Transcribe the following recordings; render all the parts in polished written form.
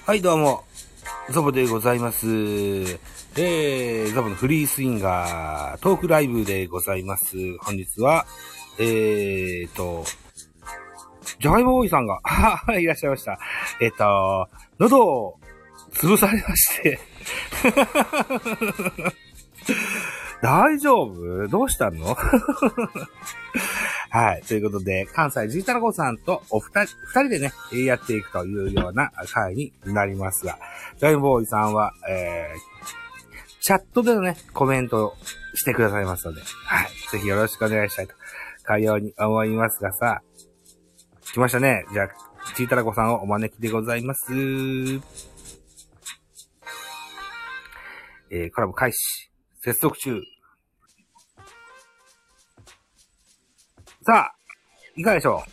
はいどうも、ザボでございます。ザボのフリースインガートークライブでございます。本日は、ジャガイモボーイさんが、いらっしゃいました。喉を潰されまして。大丈夫？どうしたの？はい。ということで、関西ジータラコさんと二人でね、やっていくというような回になりますが、ジャイボーイさんは、チャットでのね、コメントをしてくださいますので、はい。ぜひよろしくお願いしたいと、かように思いますがさ、来ましたね。じゃあ、ジータラコさんをお招きでございます。コラボ開始。接続中。さあ、いかがでしょ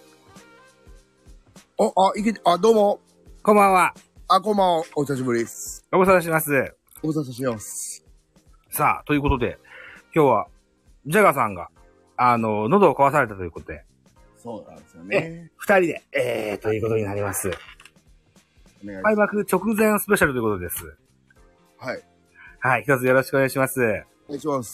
う？どうも。 こんばんは。 こんばんは。お久しぶりです。 ご無沙汰します。 ご無沙汰します。 さあ、ということで、今日は、ジャガーさんが、喉を壊されたということで。 そうなんですよね。 二人で、ということになります。開幕直前スペシャルということです。 はい。 はい、一つよろしくお願いします。 お願いします。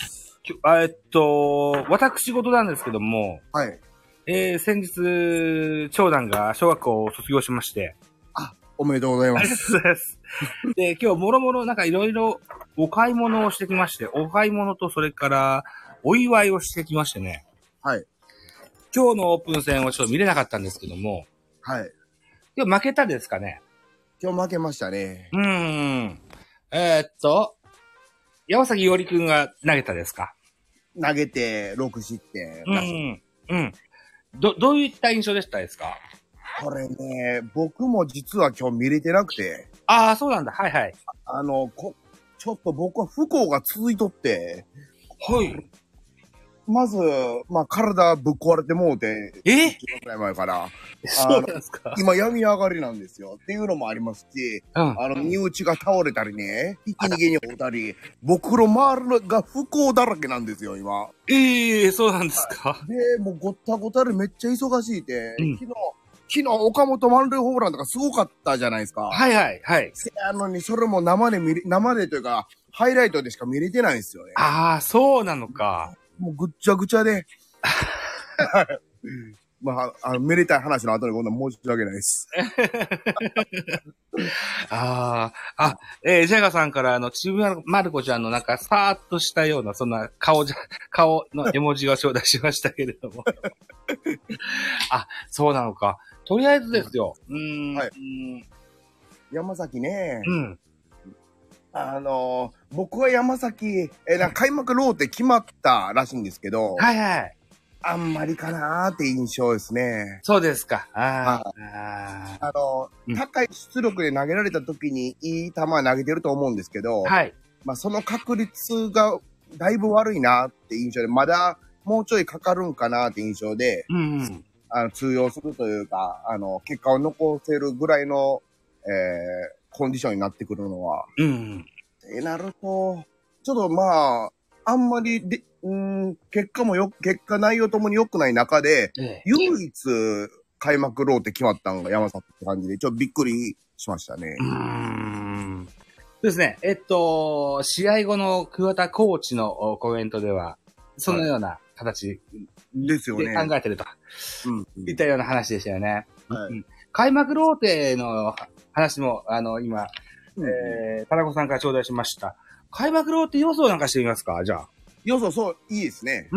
私事なんですけども、 はい。 先日、長男が小学校を卒業しまして。 おめでとうございます。 ありがとうございます。で、今日もろもろなんかいろいろお買い物をしてきまして、お買い物とそれからお祝いをしてきましてね。 はい。 今日のオープン戦をちょっと見れなかったんですけども。 はい。 今日負けたですかね？ 今日負けましたね。 山崎伊織くんが投げたですか？ 投げて6失点。 どういった印象でしたですか？ これね、僕も実は今日見れてなくて。 そうなんだ。はいはい。 ちょっと僕は不幸が続いとって。 はい。 まず、体ぶっ壊れてもうて。1年くらい前から。 そうなんですか？ 今病み上がりなんですよ。っていうのもありますし、身内が倒れたりね、ひき逃げに遭ったり、僕の周りが不幸だらけなんですよ、今。 そうなんですか？ で、もうごったごたでめっちゃ忙しいて、昨日岡本満塁ホームランとかすごかったじゃないですか。 はいはいはい。 せやのに、それも生でというか、ハイライトでしか見れてないんですよね。 そうなのか。 もうぐっちゃぐちゃで。めでたい話の後にこんな申し訳ないです。 ジャガさんからちびまる子ちゃんのなんかさーっとしたような、そんな顔の絵文字が頂戴しましたけれども。そうなのか。とりあえずですよ。 はい。山崎ね。僕は山崎、開幕ローテ決まったらしいんですけど。 はいはい。 あんまりかなーって印象ですね。 そうですか。 高い出力で投げられた時にいい球投げてると思うんですけど。 はい。 その確率がだいぶ悪いなって印象で、まだもうちょいかかるんかなって印象で。通用するというか、結果を残せるぐらいの、コンディションになってくるのは。ってなると、ちょっとあんまり結果内容ともに良くない中で、唯一開幕ローテ決まったのが山崎って感じで、ちょっとびっくりしましたね。 そうですね。試合後の桑田コーチのコメントでは、そのような形ですよね。 考えてると。いったような話でしたよね。開幕ローテの話も、今、田中さんから頂戴しました。開幕ローテ予想なんかしてみますか？じゃあ。 予想、そう、いいですね。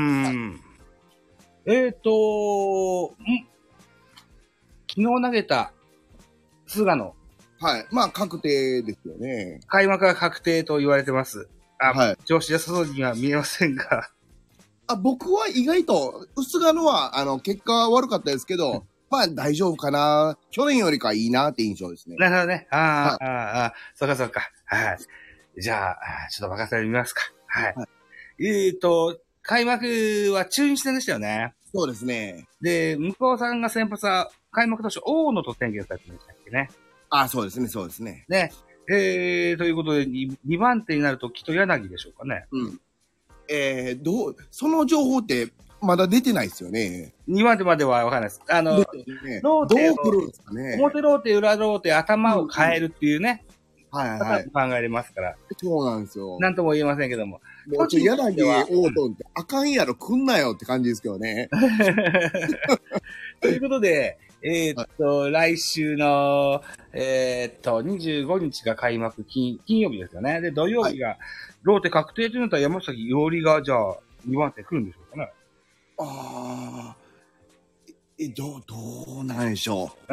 昨日投げた、菅野。 はい。確定ですよね。 開幕が確定と言われてます。調子良さそうには見えませんが。 僕は意外と、菅野は、結果は悪かったですけど、大丈夫かな。去年よりかいいなって印象ですね。 なるほどね。そうかそうか。はい。じゃあ、ちょっと任せてみますか。はい。開幕は中日戦でしたよね。 そうですね。 で、向こうさんが先発は、開幕当初、大野と宣言されてましたっけね。 そうですね、そうですね。 ね。ということで、2番手になると、きっと柳でしょうかね。 その情報って、 まだ出てないですよね。 2話まではわかんないです。 ローテを、どう来るんですかね。 表ローテ、裏ローテ、頭を変えるっていうね。 はいはい。 考えれますから。 そうなんですよ。 なんとも言えませんけども。 もう柳オートンってあかんやろ、来んなよって感じですけどね。 ということで、来週の、25日が開幕金曜日ですよね。で、土曜日が、ローテ確定というのと山崎伊織が、じゃあ、2番手来るんでしょうかね。 ああ、どうなんでしょう。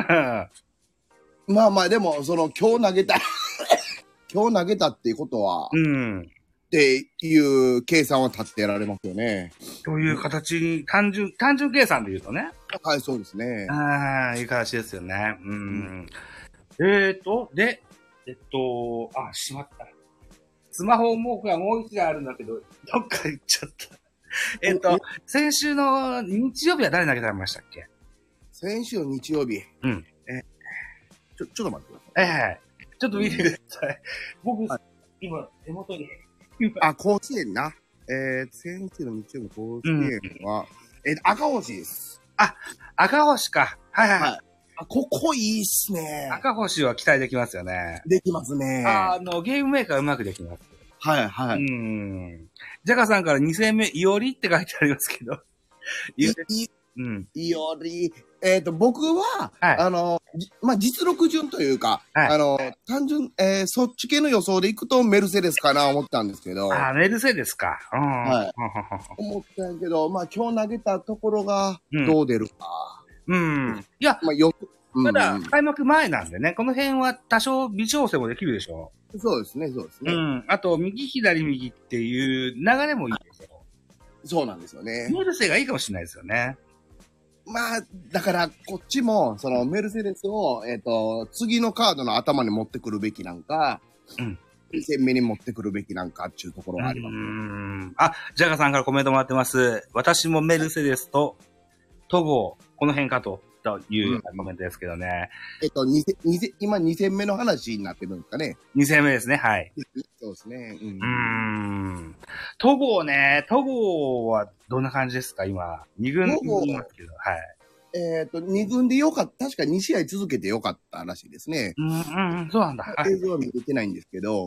まあまあ、でも、今日投げたっていうことは、っていう計算は立ってられますよね。 という形に、単純計算で言うとね。 はい、そうですね。 いう形ですよね。しまった。スマホもう一台あるんだけど、どっか行っちゃった。先週の日曜日は誰投げられましたっけ？ 先週の日曜日。ちょっと待ってください。 ちょっと見てください。僕、今、手元に。 甲子園な。先週の日曜日甲子園は、赤星です。 赤星か。はい。 ここいいっすね。 赤星は期待できますよね。 できますね。 ゲームメーカーうまくできます。 はい。 ジャガさんから2戦目、いおりって書いてありますけど。 いおり。僕は、実力順というか、単純、そっち系の予想でいくとメルセデスかな思ったんですけど。 メルセデスか。 思ったんやけど、今日投げたところがどう出るか。 いや、まだ開幕前なんでね、この辺は多少微調整もできるでしょう。そうですね。 あと、右左右っていう流れもいいでしょう。そうなんですよね。 メルセがいいかもしれないですよね。 だから、こっちも、メルセデスを、次のカードの頭に持ってくるべきなんか、2戦目に持ってくるべきなんかっていうところがあります。 ジャガさんからコメントもらってます。私もメルセデスと、戸郷、この辺かというコメントですけどね。 今2戦目の話になってるんですかね。 2戦目ですね、はい。 そうですね。 戸郷ね、戸郷はどんな感じですか、今。2軍いますけど、はい。 2軍でよかった、確か2試合続けてよかったらしいですね。 そうなんだ。 映像は見れてないんですけど、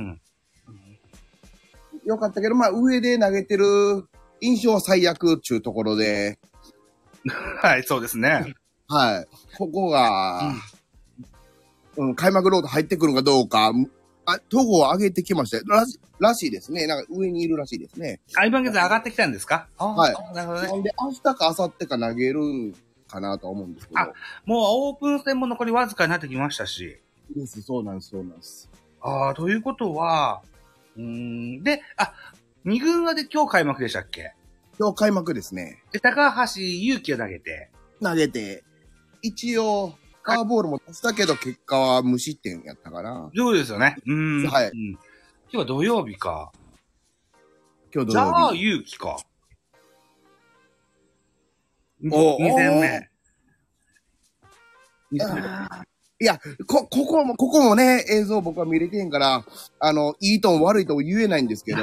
よかったけど、上で投げてる印象は最悪っていうところで、 はい、そうですね。 はい。ここが、開幕ロード入ってくるかどうか、戸郷を上げてきましたらしいですね。なんか上にいるらしいですね。 今現在上がってきたんですか？ はい。なるほどね。なんで明日か明後日か投げるんかなと思うんですけど。 もうオープン戦も残りわずかになってきましたし。 そうなんです。 ということは、で、2軍はで今日開幕でしたっけ？ 今日開幕ですね。 で、高橋優貴を投げて、 一応、カーボールも出したけど、結果は無失点やったかな。 そうですよね。 はい。 今日は土曜日か。 今日土曜日。 じゃあ、勇気か。2戦目。 いや、ここもね、映像僕は見れてへんから、いいとも悪いとも言えないんですけど。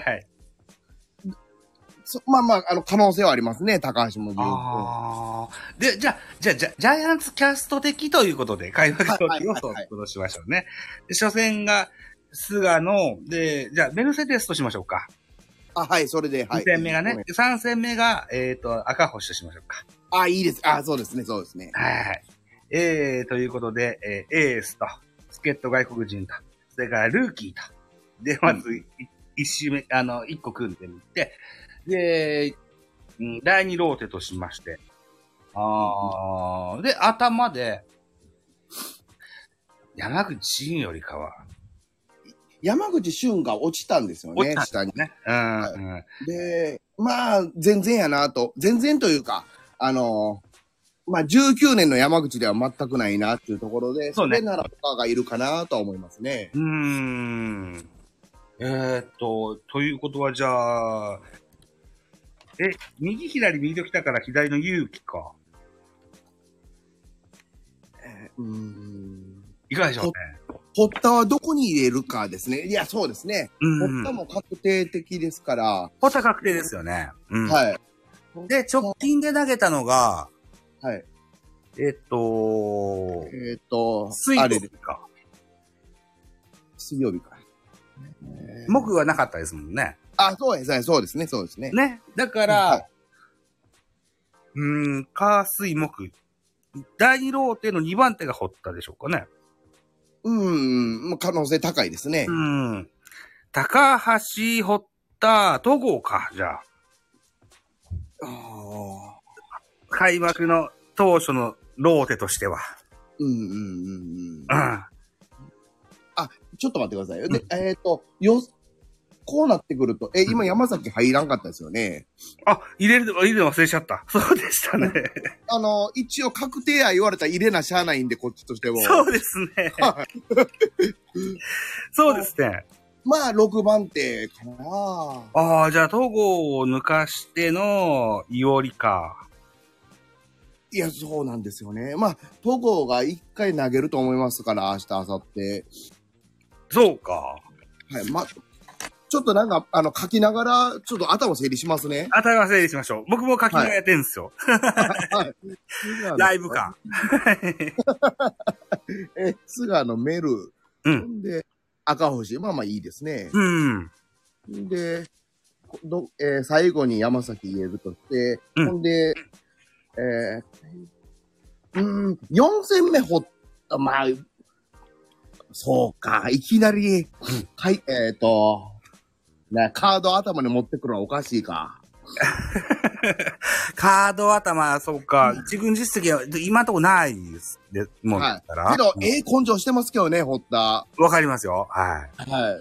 可能性はありますね、高橋も十分。で、じゃあ、ジャイアンツキャスト的ということで、開幕投球を戻しましょうね。で、初戦が、菅野、で、じゃあ、メルセデスとしましょうか。 はい、それで、はい。 2戦目がね、3戦目が、赤星としましょうか。 いいです。そうですね。 はい。ということで、エースと、助っ人外国人と、それからルーキーと。で、まず、1周目、1個組んでみて、で、第2ローテとしまして。で、頭で、山口俊よりかは。 山口俊が落ちたんですよね、下に。で、全然やなと。全然というか、19年の山口では全くないなっていうところで、それならとかがいるかなとは思いますね。 ということはじゃあ、右左右と来たから左の勇気か。いかがでしょうね。 堀田はどこに入れるかですね。いや、そうですね。堀田も確定的ですから。 堀田確定ですよね。 はい。 で、直近で投げたのが、 はい。 水曜日か。 水曜日か。 木はなかったですもんね。 あ、そうですね、そうですね、そうですね。 ね。だから、火水木。第2ローテの2番手が掘ったでしょうかね。 可能性高いですね。 高橋掘った、戸郷か、じゃあ。開幕の当初のローテとしては。 あ、ちょっと待ってくださいよ。で、こうなってくると、今山崎入らんかったですよね。 あ、入れるの忘れちゃった。そうでしたね。 一応確定や言われたら入れなしゃあないんで、こっちとしても。 そうですね。そうですね。 まあ、6番手かな。 ああ、じゃあ、戸郷を抜かしての、いおりか。 いや、そうなんですよね。まあ、戸郷が1回投げると思いますから、明日、明後日。 そうか。 はい、ちょっとなんか、書きながら、ちょっと頭整理しますね。 頭整理しましょう。僕も書きながらやってるんですよ。はい。ライブ感。 菅野メル。で、赤星。まあまあいいですね。で、最後に山崎入れるとして、ほんで、4戦目掘った、まあ、そうか、いきなり、はい、カード頭に持ってくるのはおかしいか。 カード頭、そうか。一軍実績は今んとこないです。で、もう、 はい。けど、根性してますけどね、堀田。 わかりますよ。はい。 はい。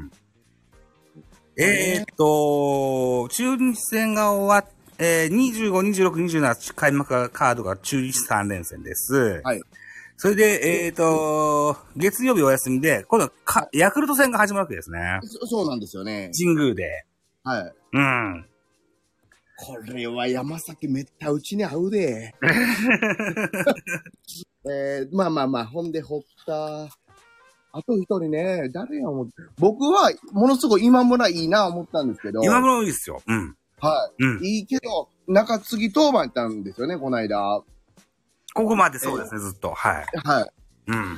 中日戦が終わって、25、26、27開幕カードが中日3連戦です。はい。それで、月曜日お休みで、今度はヤクルト戦が始まるわけですね。 そうなんですよね。 神宮で。 はい。これは山崎めった打ちに合うで。まあ、ほんで堀田。あと一人ね、誰や思って。僕は、ものすごい今村いいな思ったんですけど。 今村いいっすよ。 はい。いいけど、中継ぎ登板やったんですよね、この間。 ここまでそうですね、ずっと。はい。 はい。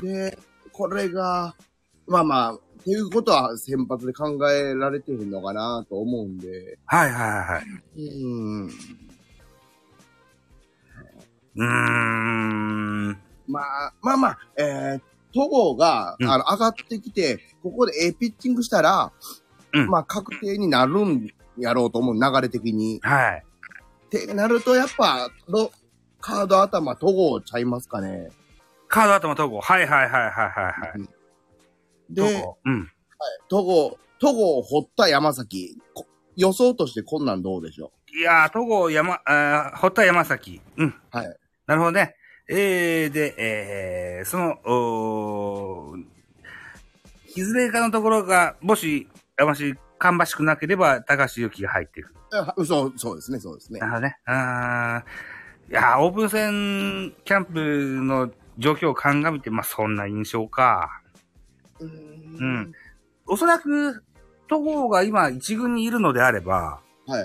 で、これが、まあ、っていうことは先発で考えられてるのかなと思うんで。 はい。 まあ、戸郷が、上がってきて、ここでピッチングしたら、まあ、確定になるんやろうと思う、流れ的に。 はい。 ってなると、やっぱ、カード頭、戸郷ちゃいますかね。 カード頭、戸郷。はい。 で、戸郷を掘った山崎。予想としてこんなんどうでしょう。いやー、戸郷掘った山崎。 はい。 なるほどね。で、その、いずれかのところが、もし芳しくなければ、高橋由紀が入っていく。 そうですね。 なるほどね。いや、オープン戦キャンプの状況を鑑みて、まあ、そんな印象か。おそらく、戸郷が今一軍にいるのであれば、 はい。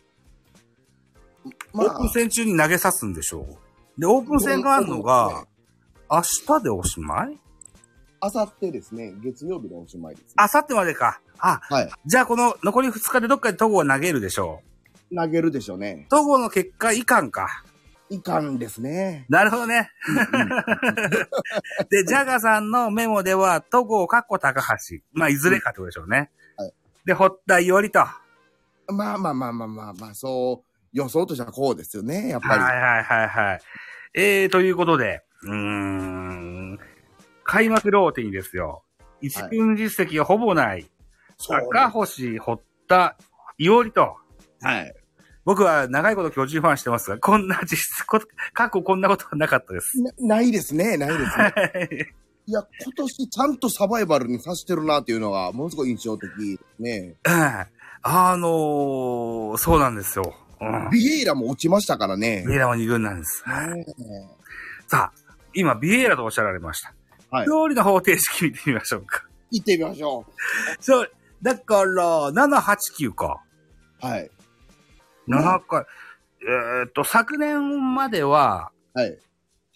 オープン戦中に投げさすんでしょう。で、オープン戦があるのが、明日でおしまい？ 明後日ですね。月曜日でおしまいです、ね。 明後日までか。はい。じゃあこの残り2日でどっかで戸郷を投げるでしょう。投げるでしょうね。 戸郷の結果、いかんか。 いかんですね。 なるほどね。で、ジャガさんのメモでは、戸郷高橋。まあ、いずれかってことでしょうね。 はい。 で、堀田伊織と。 まあ、そう、予想としてはこうですよね、やっぱり。 はい。ということで、開幕ローテにですよ。一軍実績がほぼない。赤星、堀田、伊織と。 はい。 僕は長いこと巨人ファンしてますが、こんな過去こんなことはなかったです。 ないですね。いや、今年ちゃんとサバイバルにさしてるなっていうのが、ものすごい印象的ですね。 そうなんですよ。 ビエイラも落ちましたからね。 ビエイラも2軍なんです。さあ、今、ビエイラとおっしゃられました。はい。勝利の方程式見てみましょうか。 行ってみましょう。 そう、だから、7、8、9か。 はい。 7回。昨年までは、 はい。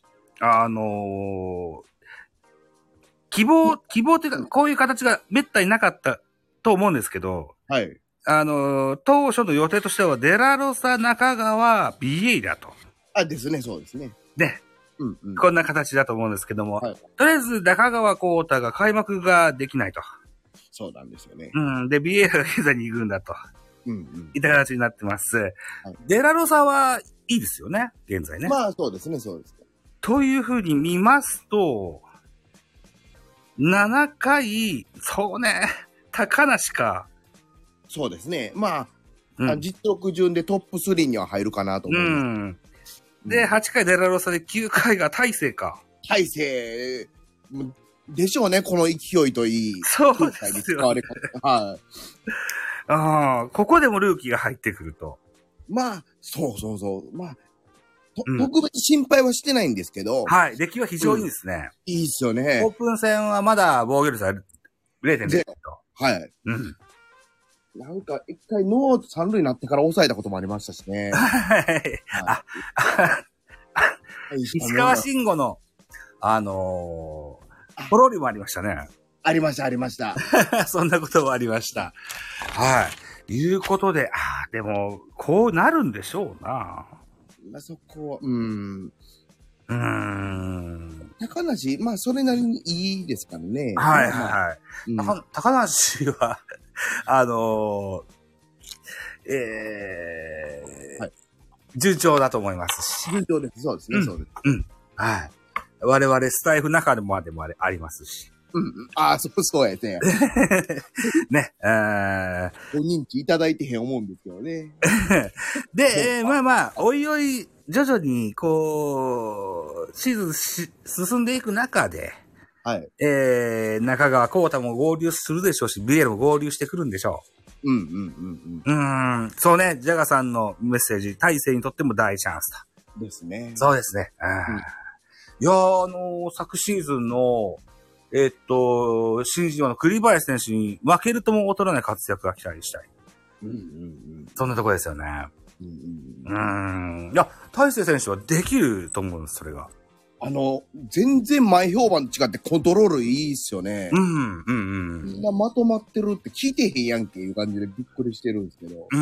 希望っていうか、こういう形が滅多になかったと思うんですけど、 はい。 当初の予定としては、デラロサ、中川、ビエイラと。 ですね、そうですね。 で、 うんうん。 こんな形だと思うんですけども、 はい。 とりあえず中川幸太が開幕ができないと。 そうなんですよね。 うん。で、ビエイラが現在に行くんだと。 うんうん。 いった形になってます。 はい、 デラロサはいいですよね、現在ね。 まあ、そうですね、そうですね。 というふうに見ますと、7回、そうね、高梨か。 そうですね。まあ、 うん、 実力順でトップ3には入るかなと思います。うん。 で、8回デラロサで9回が大勢か。 大勢、でしょうね、この勢いといい。 そうですよ、ね。 はい。 ああ、ここでもルーキーが入ってくると。 まあ、そうそうそう。まあ、特別心配はしてないんですけど。 はい、出来は非常にいいですね。 いいっすよね。 オープン戦はまだ防御率は 0.0 と。 はい。なんか、一回ノー三塁になってから抑えたこともありましたしね。はい。 石川慎吾の、ポロリもありましたね。 ありました、ありました。 そんなこともありました。はい。いうことで、でも、こうなるんでしょうな。 まあ、そこは、高梨、まあ、それなりにいいですからね。 はい、はい。高梨は、はい、順調だと思いますし。 順調です。そうですね、そうです。 はい。我々スタイフ中でもありますし。 そうやね。 ね、 ご認知いただいてへん思うんですけどね。 で、まあ、おいおい、徐々に、こう、シーズン進んでいく中で、 はい。 中川幸太も合流するでしょうし、ビエルも合流してくるんでしょう。そうね、ジャガさんのメッセージ、大勢にとっても大チャンスと。ですね。 そうですね。いや昨シーズンの、新人王の栗林選手に負けるとも劣らない活躍が期待したい。そんなとこですよね。いや、大勢選手はできると思うんです、それが。 全然前評判と違ってコントロールいいっすよね。みんなまとまってるって聞いてへんやんけいう感じでびっくりしてるんですけど。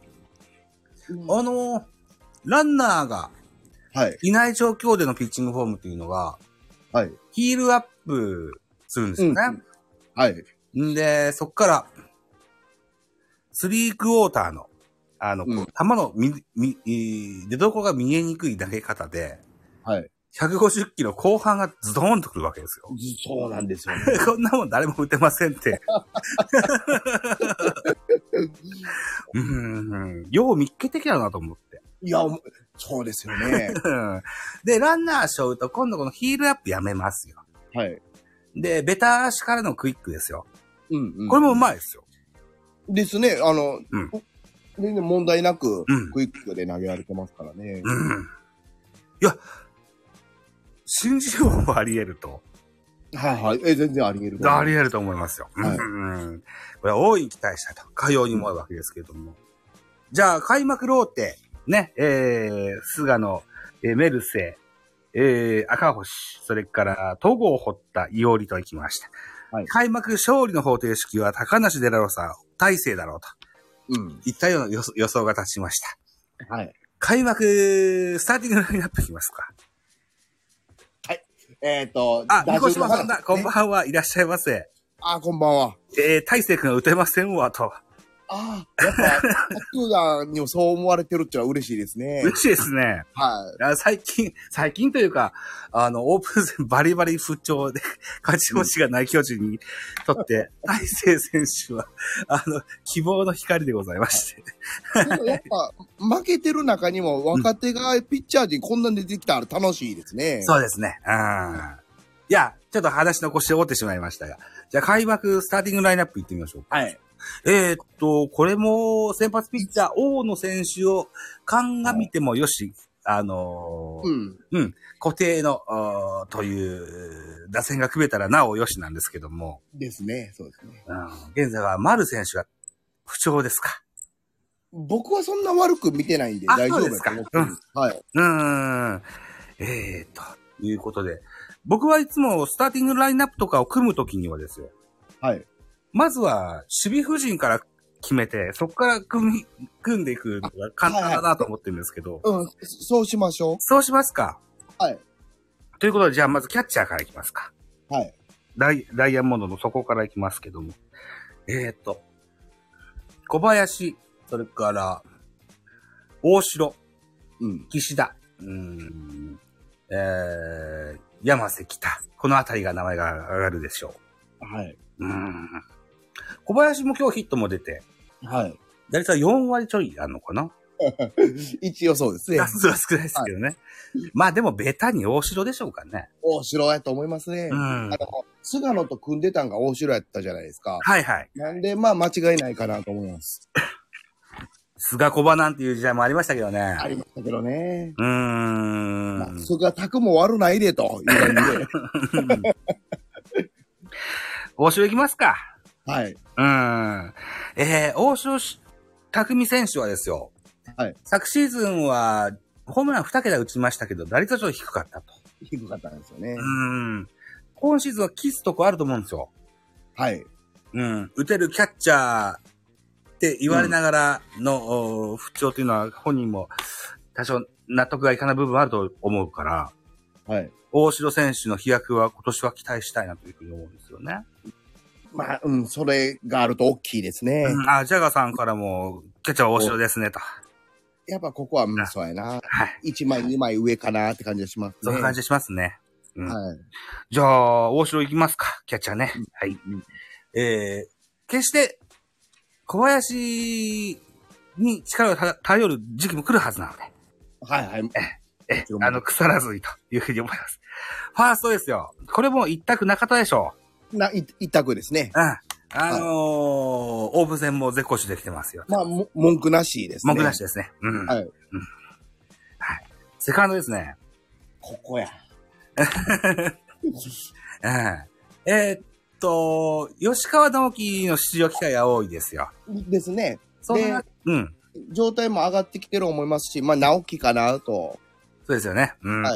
ランナーが、 はい。 いない状況でのピッチングフォームっていうのが、 はい。 ヒールアップするんですよね。 はい。 んで、そっから、3クォーターの、球の出所が見えにくい投げ方で、 はい。 150キロ後半がズドーンとくるわけですよ。 そうなんですよね。 こんなもん誰も打てませんって。よう見っけてきたなと思って。 いや、そうですよね。 で、ランナー背負うと今度このヒールアップやめますよ。 はい。 で、ベタ足からのクイックですよ。これもうまいですよ。 ですね。全然問題なく、クイックで投げられてますからね。 いや、新人王もあり得ると。 はいはい。全然あり得る。 あり得ると思いますよ。これは大いに期待したいと。かように思うわけですけれども。じゃあ、開幕ローテ、ね、菅野、メルセ、赤星、それから、戸郷堀田、伊織と行きました。はい、開幕勝利の方程式は高梨デラロサ、大勢だろうと。いったような予想が立ちました。はい。開幕、スターティングラインナップいきますか。 はい。 三島さんだ。こんばんは。いらっしゃいませ。 こんばんは。 大勢くんが打てませんわ、と。 やっぱ、球団にもそう思われてるってのは嬉しいですね。 嬉しいですね。はい。最近というか、オープン戦バリバリ不調で、勝ち星がない巨人にとって、大勢選手は、希望の光でございまして。 やっぱ、負けてる中にも若手がピッチャー陣こんなに出てきたら楽しいですね。 そうですね。いや、ちょっと話の腰を折ってしまいましたが。じゃあ開幕スターティングラインナップ行ってみましょうか。はい。これも先発ピッチャー、大野選手を鑑みてもよし、固定の、という打線が組めたらなおよしなんですけども。 ですね、そうですね。 現在は丸選手が不調ですか。 僕はそんな悪く見てないんで大丈夫ですか？はい。 ということで、僕はいつもスターティングラインナップとかを組むときにはですよ。 はい。 まずは、守備布陣から決めて、そこから組んでいくのが簡単だなと思ってるんですけど。 そうしましょう。 そうしますか。 はい。 ということで、じゃあまずキャッチャーからいきますか。 はい。 ダイヤモンドの底からいきますけども。小林、それから、大城、岸田、山瀬北。このあたりが名前が上がるでしょう。はい。 小林も今日ヒットも出て。 はい。 打率は4割ちょいあるのかな一応そうですね。 打数は少ないですけどね。はい、まあでもベタに大城でしょうかね。 大城やと思いますね。菅野と組んでたんが大城やったじゃないですか。 はいはい。 なんでまあ間違いないかなと思います。 菅小葉なんていう時代もありましたけどね。 ありましたけどね。まあ、菅拓も悪ないでという感じで。 大城行きますか。 はい。 大城匠選手はですよ。 はい。 昨シーズンは、ホームラン2桁打ちましたけど、打率はちょっと低かったと。 低かったんですよね。 今シーズンはキスとこあると思うんですよ。 はい。 打てるキャッチャーって言われながらの、不調というのは本人も多少納得がいかない部分あると思うから、 はい。 大城選手の飛躍は今年は期待したいなというふうに思うんですよね。 まあ、それがあると大きいですね。 ジャガさんからも、キャッチャーは大城ですね、と。 やっぱここは、そうやな。はい。1枚、2枚上かなって感じがしますね。 そういう感じしますね。 はい。 じゃあ、大城行きますか、キャッチャーね。はい。決して、小林に力を頼る時期も来るはずなので。 はいはい。 腐らずにというふうに思います。ファーストですよ。これも一択中田でしょう。一択ですね。 オープン戦も絶好調できてますよ。 まあ、文句なしですね。 文句なしですね。はい。はい。セカンドですね。 ここや。 吉川直樹の出場機会が多いですよ。 ですね。で、状態も上がってきてると思いますし、まあ、直樹かなと。 そうですよね。はい。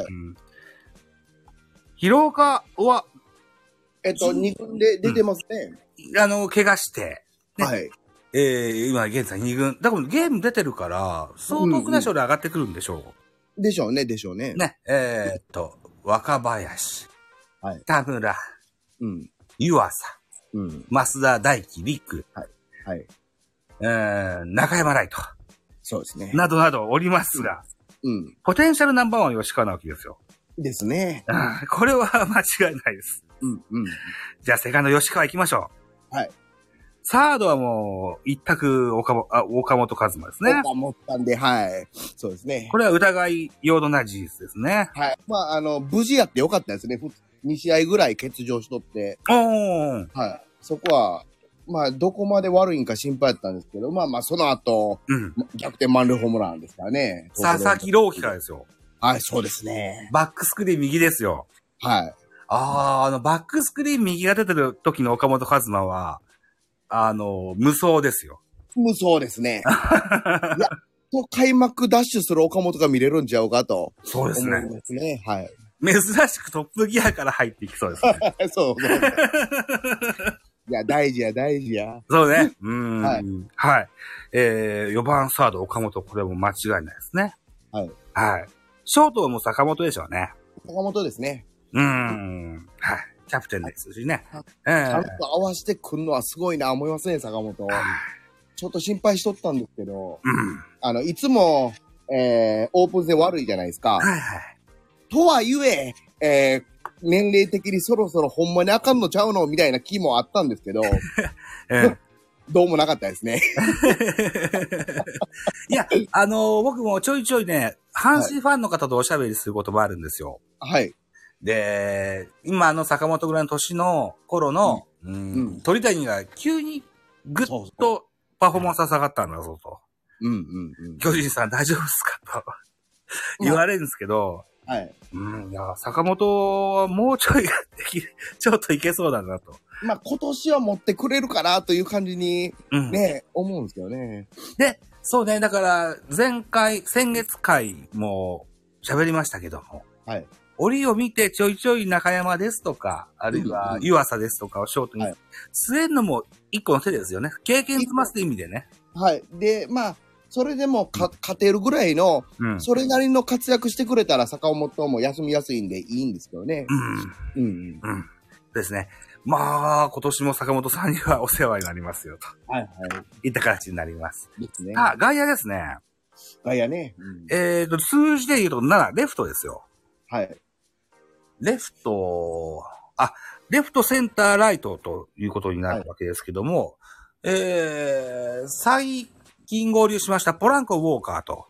広岡は、 2軍で出てますね。 怪我して。 はい。 今現在2軍。だからゲーム出てるから、相当クラショで上がってくるんでしょう。でしょうね、でしょうね。 ね。若林。 はい。 田村。湯浅。増田大輝、陸。 はい。はい。 中山ライト。 そうですね。 などなどおりますが。ポテンシャルナンバーワン吉川直樹ですよ。 ですね。 これは間違いないです。じゃあセカンド吉川行きましょう。はい。 サードはもう、一択岡本和真ですね。 岡本さんで、はい。そうですね。 これは疑いようのない事実ですね。 はい。まあ、無事やってよかったですね。2試合ぐらい欠場しとって。 はい。 そこは、まあ、どこまで悪いんか心配だったんですけど、まあまあ、その後、逆転満塁ホームランですからね。 佐々木朗希からですよ。 はい、そうですね。 バックスクリーン右ですよ。 はい。 バックスクリーン右が出てる時の岡本和真は、無双ですよ。 無双ですね。いや、開幕ダッシュする岡本が見れるんちゃうかと。 そうですね。 思いますね。はい。 珍しくトップギアから入っていきそうですね。 そう。いや、大事や。 そうね。はい。はい。4番サード岡本、これも間違いないですね。 はい。 はい。ショートはもう坂本でしょうね。 坂本ですね。 はい。キャプテンですしね。 ちゃんと合わせてくんのはすごいな思いますね、坂本。ちょっと心配しとったんですけど、いつも、オープン戦悪いじゃないですか。 はいはい。 とはいえ、年齢的にそろそろほんまにあかんのちゃうのみたいな気もあったんですけど、どうもなかったですね。 いや、僕もちょいちょいね、阪神ファンの方とおしゃべりすることもあるんですよ。 はい。 で、今坂本ぐらいの年の頃の、鳥谷が急にぐっとパフォーマンスが下がったんだぞと。巨人さん大丈夫ですかと言われるんですけど、 はい。 いや、坂本はもうちょいちょっといけそうだなと。 まあ、今年は持ってくれるかなという感じに、ね、思うんですけどね。 で、 そうね。だから、先月回も喋りましたけども。 はい。 折を見てちょいちょい中山ですとか、あるいは湯浅ですとかをショートに据えるのも一個の手ですよね。経験積ませる意味でね。 はい。で、まあ、それでも勝てるぐらいの、それなりの活躍してくれたら坂本も休みやすいんでいいんですけどね。 ですね。まあ、今年も坂本さんにはお世話になりますよと。 はいはい。 いった形になります。 ですね。 外野ですね。 外野ね。 数字で言うと7、レフトですよ。 はい。 レフトセンターライトということになるわけですけども、最近合流しましたポランコ・ウォーカーと。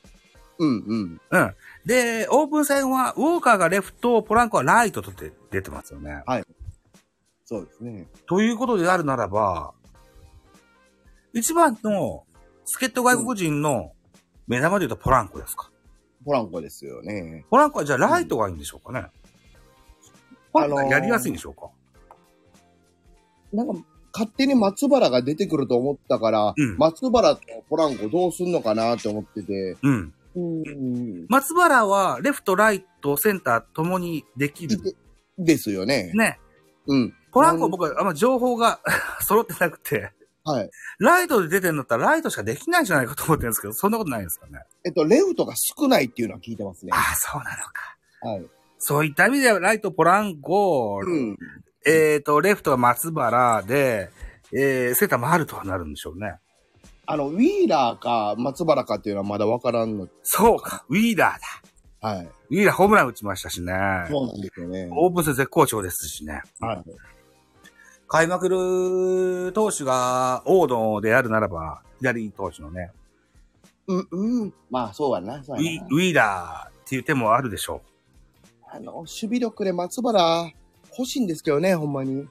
で、オープン戦はウォーカーがレフト、ポランコはライトと出てますよね。 はい。そうですね。 ということであるならば、一番の助っ人外国人の目玉で言うとポランコですか。 ポランコですよね。 ポランコはじゃあライトがいいんでしょうかね。やりやすいんでしょうか。 なんか、勝手に松原が出てくると思ったから、松原とポランコどうすんのかなって思ってて。 松原はレフト、ライト、センターともにできる。 ですよね。 ね。ポランコは僕はあんま情報が揃ってなくて。 はい。 ライトで出てるんだったらライトしかできないんじゃないかと思ってるんですけど、そんなことないんですかね。 レフトが少ないっていうのは聞いてますね。 ああ、そうなのか。 はい。 そういった意味では、ライト、ポランコ、レフトは松原で、センター丸とはなるんでしょうね。 ウィーラーか松原かっていうのはまだわからんの。 そうか、ウィーラーだ。 はい。 ウィーラーホームラン打ちましたしね。 そうなんですよね。 オープン戦絶好調ですしね。 はい。 開幕投手が大野であるならば、左投手のね。 まあ、そうやな。 ウィーラーっていう手もあるでしょう。 守備力で松原欲しいんですけどね、ほんまに。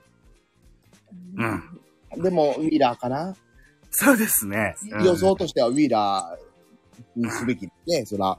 でも、ウィーラーかな。 そうですね。 予想としてはウィーラーにすべきですね、そら。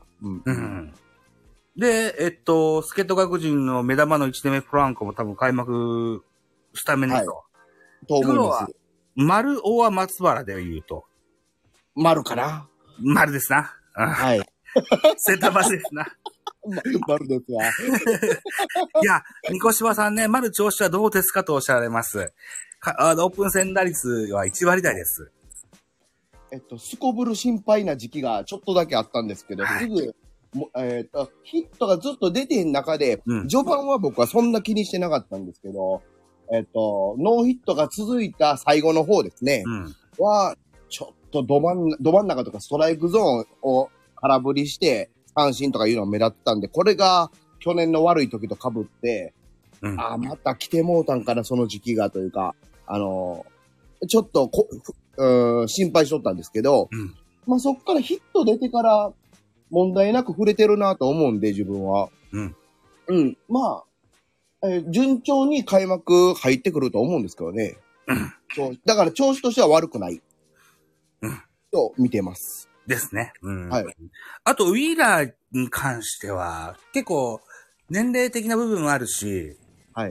で、助っ人外国人の目玉の1年目フランコも多分開幕スタメンですと。 と思います。 丸尾は松原で言うと。 丸かな。 丸ですな。 はい。 センターバスですな。 丸ですわ。 いや、三越島さんね、丸調子はどうですかとおっしゃられます。オープン戦打率は1割台です。 すこぶる心配な時期がちょっとだけあったんですけど、すぐ、ヒットがずっと出てへん中で、序盤は僕はそんな気にしてなかったんですけど、ノーヒットが続いた最後の方ですね、は、ちょっとど真ん中とかストライクゾーンを空振りして、三振とかいうのが目立ってたんで、これが去年の悪い時と被って、また来てもうたんかな、その時期がというか、ちょっと心配しとったんですけど、まあそっからヒット出てから問題なく触れてるなと思うんで、自分は。まあ、順調に開幕入ってくると思うんですけどね。だから調子としては悪くない。と見てます。 ですね。 はい。 あと、ウィーラーに関しては、結構、年齢的な部分もあるし、 はい。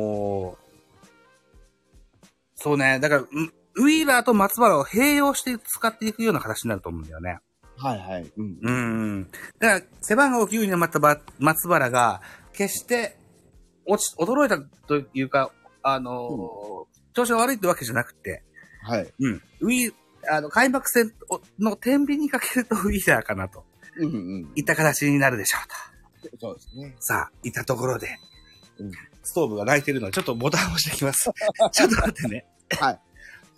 そうね、だから、ウィーラーと松原を併用して使っていくような形になると思うんだよね。 はいはい。 だから、背番号9になった松原が、決して、衰えたというか、調子が悪いってわけじゃなくて、 はい。 開幕戦の天秤にかけるとウィーラーかなと。いった形になるでしょうと。そうですね。 さあ、いったところで、ストーブが泣いてるので、ちょっとボタンを押してきます。ちょっと待ってね。 はい。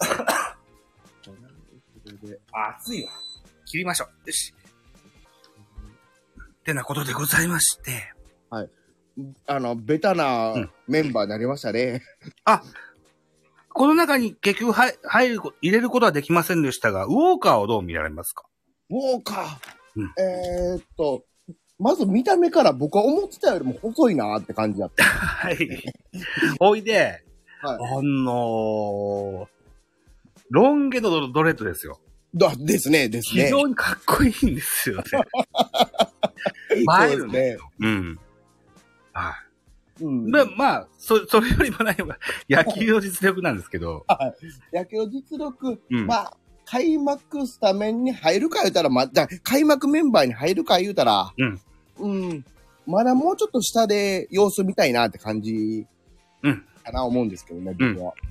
熱いわ。切りましょう。よし。ってなことでございまして。 はい。ベタなメンバーになりましたね。 この中に結局入れることはできませんでしたが、ウォーカーをどう見られますか？ ウォーカー。まず見た目から僕は思ってたよりも細いなーって感じだった。 はい。おいで、ロン毛のドレッドですよ。 ですね。 非常にかっこいいんですよね。 前るね。 はい。まあ、それよりもないのが野球の実力なんですけど。 野球の実力、まあ、 開幕スタメンに入るか言うたら、開幕メンバーに入るか言うたら、まだもうちょっと下で様子見たいなって感じかな思うんですけどね、僕は。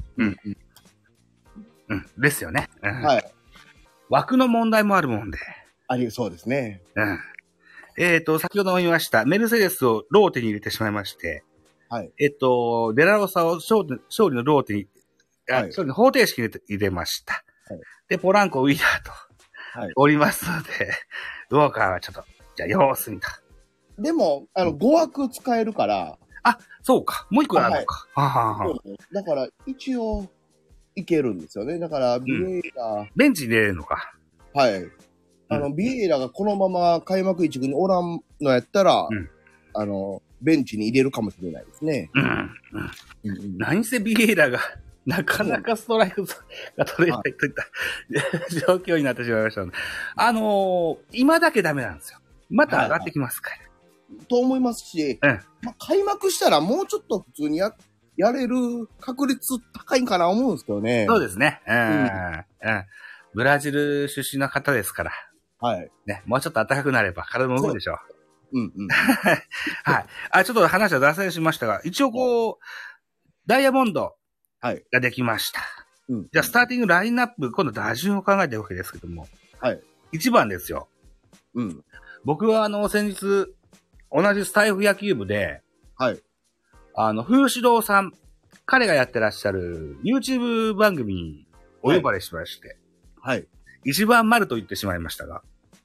ですよね。 はい。 枠の問題もあるもんで。 そうですね。 先ほども言いました、メルセデスをローテに入れてしまいまして、 はい。 デラロサを勝利のローテに、勝利の方程式に入れました。はい、で、ポランコ、ウィーダーと、おりますので、ウォーカーはちょっと、じゃあ様子見と。 でも、5枠使えるから。 そうか。もう一個あるのか。 だから、一応、いけるんですよね。だから、ビエイラ、 ベンチに入れるのか。 はい。ビエイラがこのまま開幕一軍におらんのやったら、ベンチに入れるかもしれないですね。 何せビエイラが、なかなかストライクが取れないといった状況になってしまいましたので。今だけダメなんですよ。また上がってきますから。 と思いますし、開幕したらもうちょっと普通にやれる確率高いんかな思うんですけどね。 そうですね。ブラジル出身の方ですから。 はい。 ね、もうちょっと暖かくなれば体も動くでしょう。はい。ちょっと話は脱線しましたが、一応ダイヤモンドができました。じゃあ、スターティングラインナップ、今度打順を考えてるわけですけども。 はい。 1番ですよ。僕は先日、同じスタイフ野球部で、 はい。 風志堂さん、彼がやってらっしゃる YouTube 番組にお呼ばれしまして、 はい。 一番丸と言ってしまいましたが。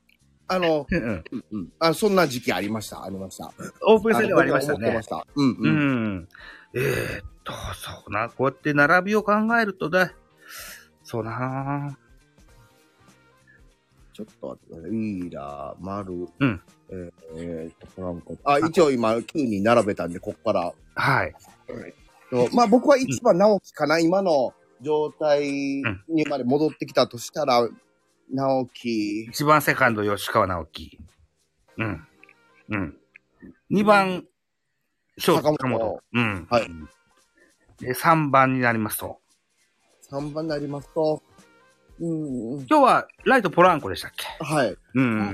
そんな時期ありました。 オープン戦ではありましたね。 思ってました。 そうな、こうやって並びを考えるとそうなちょっと待ってください。ウィーラー、丸、ポランコ。一応今、9人並べたんで、ここから。 はい。 僕は一番直樹かな、今の状態にまで戻ってきたとしたら、直樹。 一番セカンド、吉川直樹。二番、ショート、坂本。 はい。 で、3番になりますと。 3番になりますと、 今日はライトポランコでしたっけ？ はい。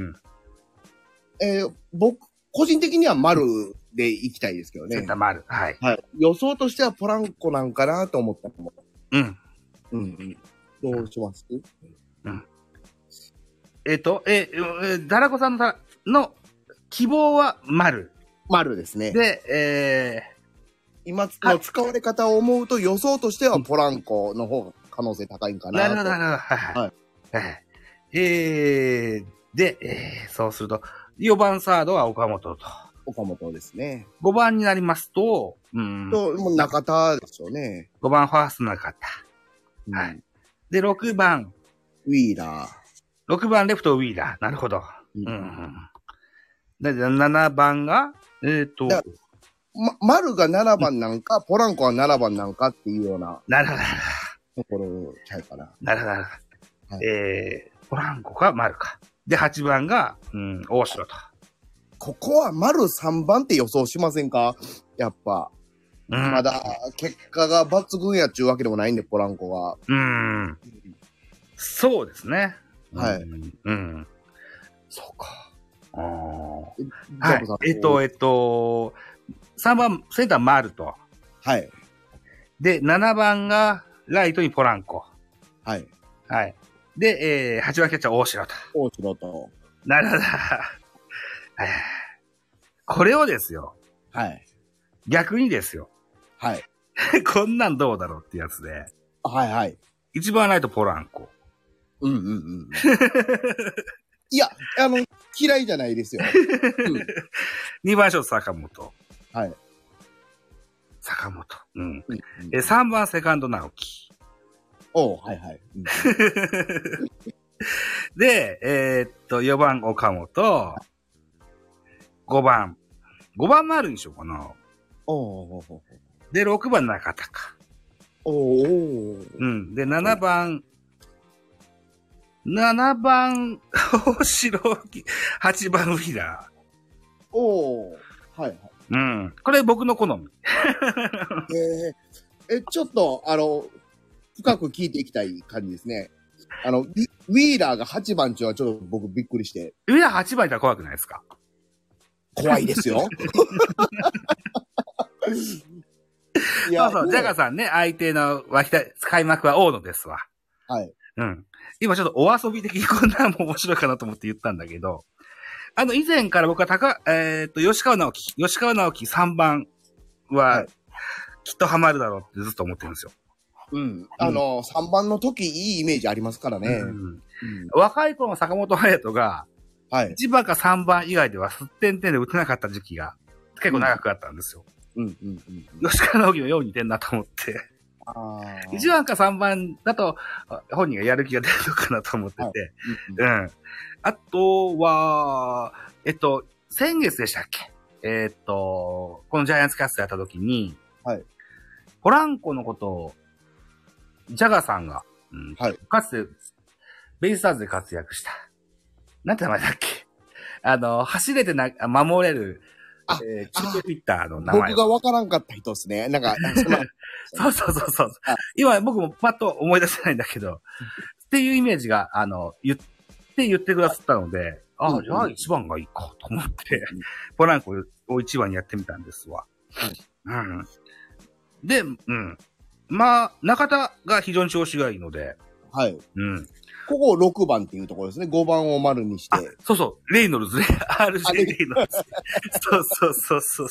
僕、個人的には丸で行きたいですけどね。 センター丸。はい。 はい。予想としてはポランコなんかなと思ったのも。どうします？ ダラコさんの希望は丸。 丸ですね。 で、 今の使われ方を思うと予想としてはポランコの方が可能性高いんかなと。 なるほど。はい。で、そうすると、4番サードは岡本と。 岡本ですね。 5番になりますと、 もう中田でしょうね。 5番ファースト中田。はい。で、6番。 ウィーラー。6番レフトウィーラー。なるほど。で、7番が、 丸が7番なんか、ポランコは7番なんかっていうような。 なるほど。 ところちゃうかな。 なるほど。ポランコか丸か。で、8番が、大城と。 ここは丸3番って予想しませんか？やっぱ。まだ、結果が抜群やっちゅうわけでもないんで、ポランコは。 そうですね。 はい。 そうか。はい。3番、センター丸と。 はい。 で、7番が、ライトにポランコ。 はい。 はい。で、8番キャッチャー大城と。 大城と。 なるほど。これをですよ。 はい。 逆にですよ。 はい。 こんなんどうだろうってやつで。 はい。 一番ライトポランコ。 いや、嫌いじゃないですよ。 2番ショート坂本。 はい。 坂本。3番セカンド直樹。 はい。 で、4番岡本。5番丸にしようかな。で、6番中田か。で、7番、大城、8番ウィラー。はい。 これ僕の好み。 ちょっと、深く聞いていきたい感じですね。 ウィーラーが8番中はちょっと僕びっくりして。 ウィーラー8番いたら怖くないですか？ 怖いですよ。 いやそうそう、ジャガさんね、相手の開幕は大野ですわ。 はい。 うん。今ちょっとお遊び的にこんなのも面白いかなと思って言ったんだけど、以前から僕は吉川直樹3番は、きっとハマるだろうってずっと思ってるんですよ。 うん。3番の時いいイメージありますからね。 若い頃の坂本勇人が、 はい。 1番か3番以外ではすってんてんで打てなかった時期が結構長くあったんですよ。吉川直樹のように似てんなと思って。1番か3番だと本人がやる気が出るのかなと思ってて。あとは、先月でしたっけ？このジャイアンツキャストやった時に、 はい。 ポランコのことを、ジャガさんが、 はい。 かつて、ベイスターズで活躍した。なんて名前だっけ？走れて守れる、チープフィッターの名前。 僕がわからんかった人ですね。なんか、 そう。今僕もパッと思い出せないんだけど、っていうイメージが、言ってくださったので、じゃあ1番がいいかと思って、ポランコを1番にやってみたんですわ。で、まあ、中田が非常に調子がいいので、 はい。ここを6番っていうところですね。5番を丸にして。 そう。レイノルズね。RJ レイノルズ。そう。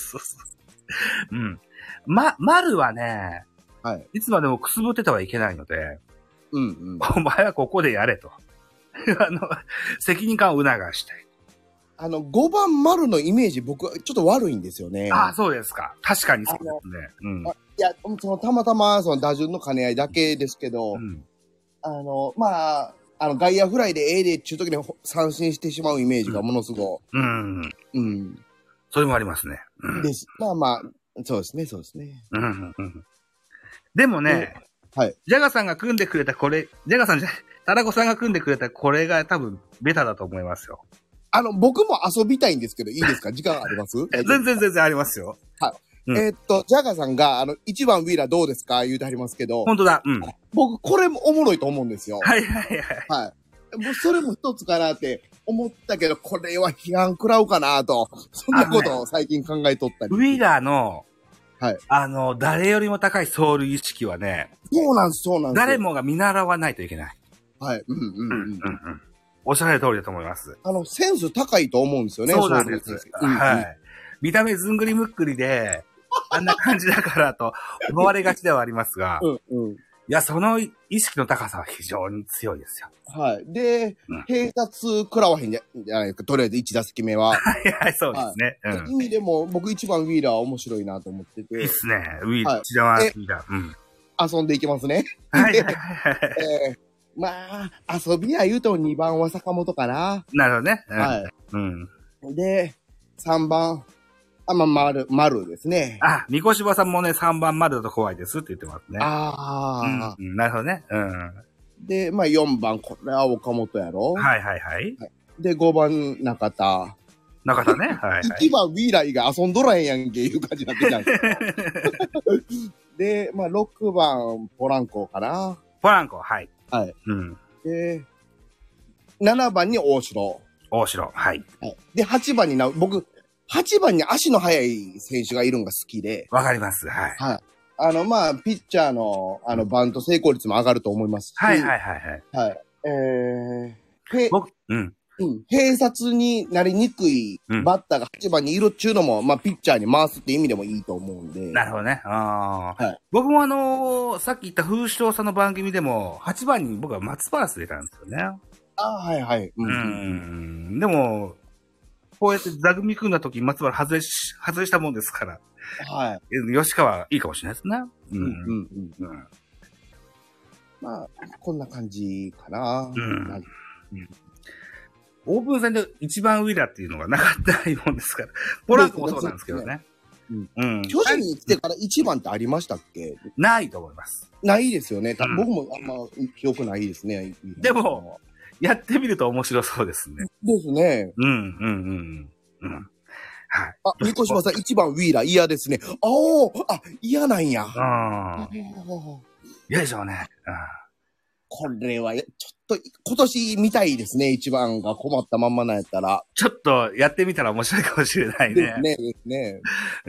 丸はね、 はい。 いつまでもくすぶっててはいけないので、お前はここでやれと。責任感を促したい。 5番丸のイメージ僕はちょっと悪いんですよね。 そうですか。確かにそうですね。 いや、たまたま打順の兼ね合いだけですけど、まあ、外野フライでで中時に三振してしまうイメージがものすごい。 それもありますね。 です。まあ、そうですね。 でもね、 はい。 ジャガさんが組んでくれたこれ、ジャガさんじゃない、タラコさんが組んでくれたこれが多分ベタだと思いますよ。 僕も遊びたいんですけど、いいですか？時間あります？ 全然ありますよ。 はい。ジャガさんが、1番ウィーラーどうですか言うてはりますけど。 本当だ。 僕、これもおもろいと思うんですよ。 はい。 それも一つかなって思ったけど、これは批判食らうかなと。そんなことを最近考えとったり。 ウィーラーの、 はい。 誰よりも高いソウル意識はね。 そうなんです。 誰もが見習わないといけない。 はい。 おっしゃる通りだと思います。 センス高いと思うんですよね。 そうなんです。はい。見た目ずんぐりむっくりで、あんな感じだからと思われがちではありますが、いや、その意識の高さは非常に強いですよ。 はい。で、併殺食らわへんじゃないですか。とりあえず1打席目は。 はい、そうですね。 意味でも、僕1番ウィーラー面白いなと思ってて。 いいっすね。ウィーラー。 遊んでいきますね。 はい。 まあ、遊びや言うと2番は坂本かな。 なるほどね。 はい。で、3番、丸ですね。 三越柴さんもね、3番丸だと怖いですって言ってますね。なるほどね。 で、まあ4番、これは岡本やろ。 はい。 で、5番中田。 中田ね。はい。 1番ウィーラーが遊んどらへんやんけいう感じになってきたんですよ。で、まあ6番ポランコかな。 ポランコ、はい。 で、7番に大城。 はい。 で、8番に僕、8番に足の速い選手がいるのが好きで。 わかります。はい。 まあ、ピッチャーの、バント成功率も上がると思いますし。 はい。 併殺になりにくいバッターが8番にいるっていうのも、まあ、ピッチャーに回すって意味でもいいと思うんで。 なるほどね。僕もさっき言った風潮さんの番組でも、8番に僕は松原入れたんですよね。 はい。 でも、こうやって座組組んだ時、松原外したもんですから。 はい。 吉川いいかもしれないですね。 まあ、こんな感じかな。 オープン戦で一番ウィーラーっていうのがなかったもんですから。ポランコもそうなんですけどね。 巨人に来てから1番ってありましたっけ？ ないと思います。 ないですよね。僕もあんま記憶ないですね。 でも、やってみると面白そうですね。 ですね。 はい。 三越柴さん1番ウィーラー嫌ですね。嫌なんや。 嫌でしょうね。 これは、ちょっと、今年見たいですね、一番が困ったまんまなんやったら。 ちょっとやってみたら面白いかもしれないね。 ですね。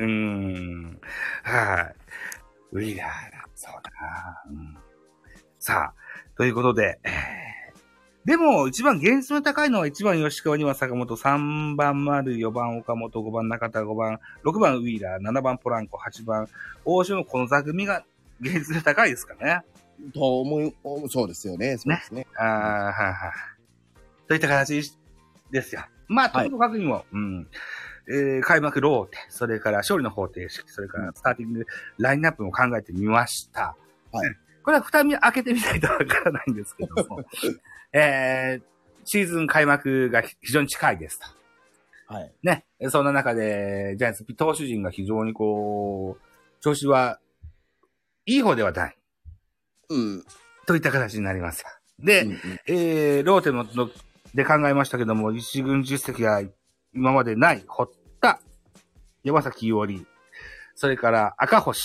はい。ウィーラーだ。そうだな、さあ、ということで、でも、一番現実の高いのは1番吉川、2番坂本、3番丸、4番岡本、5番中田、5番、6番ウィーラー、7番ポランコ、8番大城のこの座組が現実で高いですかね。 とそうですよね。そうですね。 はいはい。といった形ですよ。まあ、とにかくにも、開幕ローテ、それから勝利の方程式、それからスターティングラインナップも考えてみました。はい。これは蓋開けてみないとわからないんですけども、シーズン開幕が非常に近いですと。はい。ね。そんな中で、ジャイアンツ投手陣が非常にこう、調子はいい方ではない。といった形になります。で、ローテので考えましたけども、一軍実績が今までない、堀田、山崎伊織、それから赤星、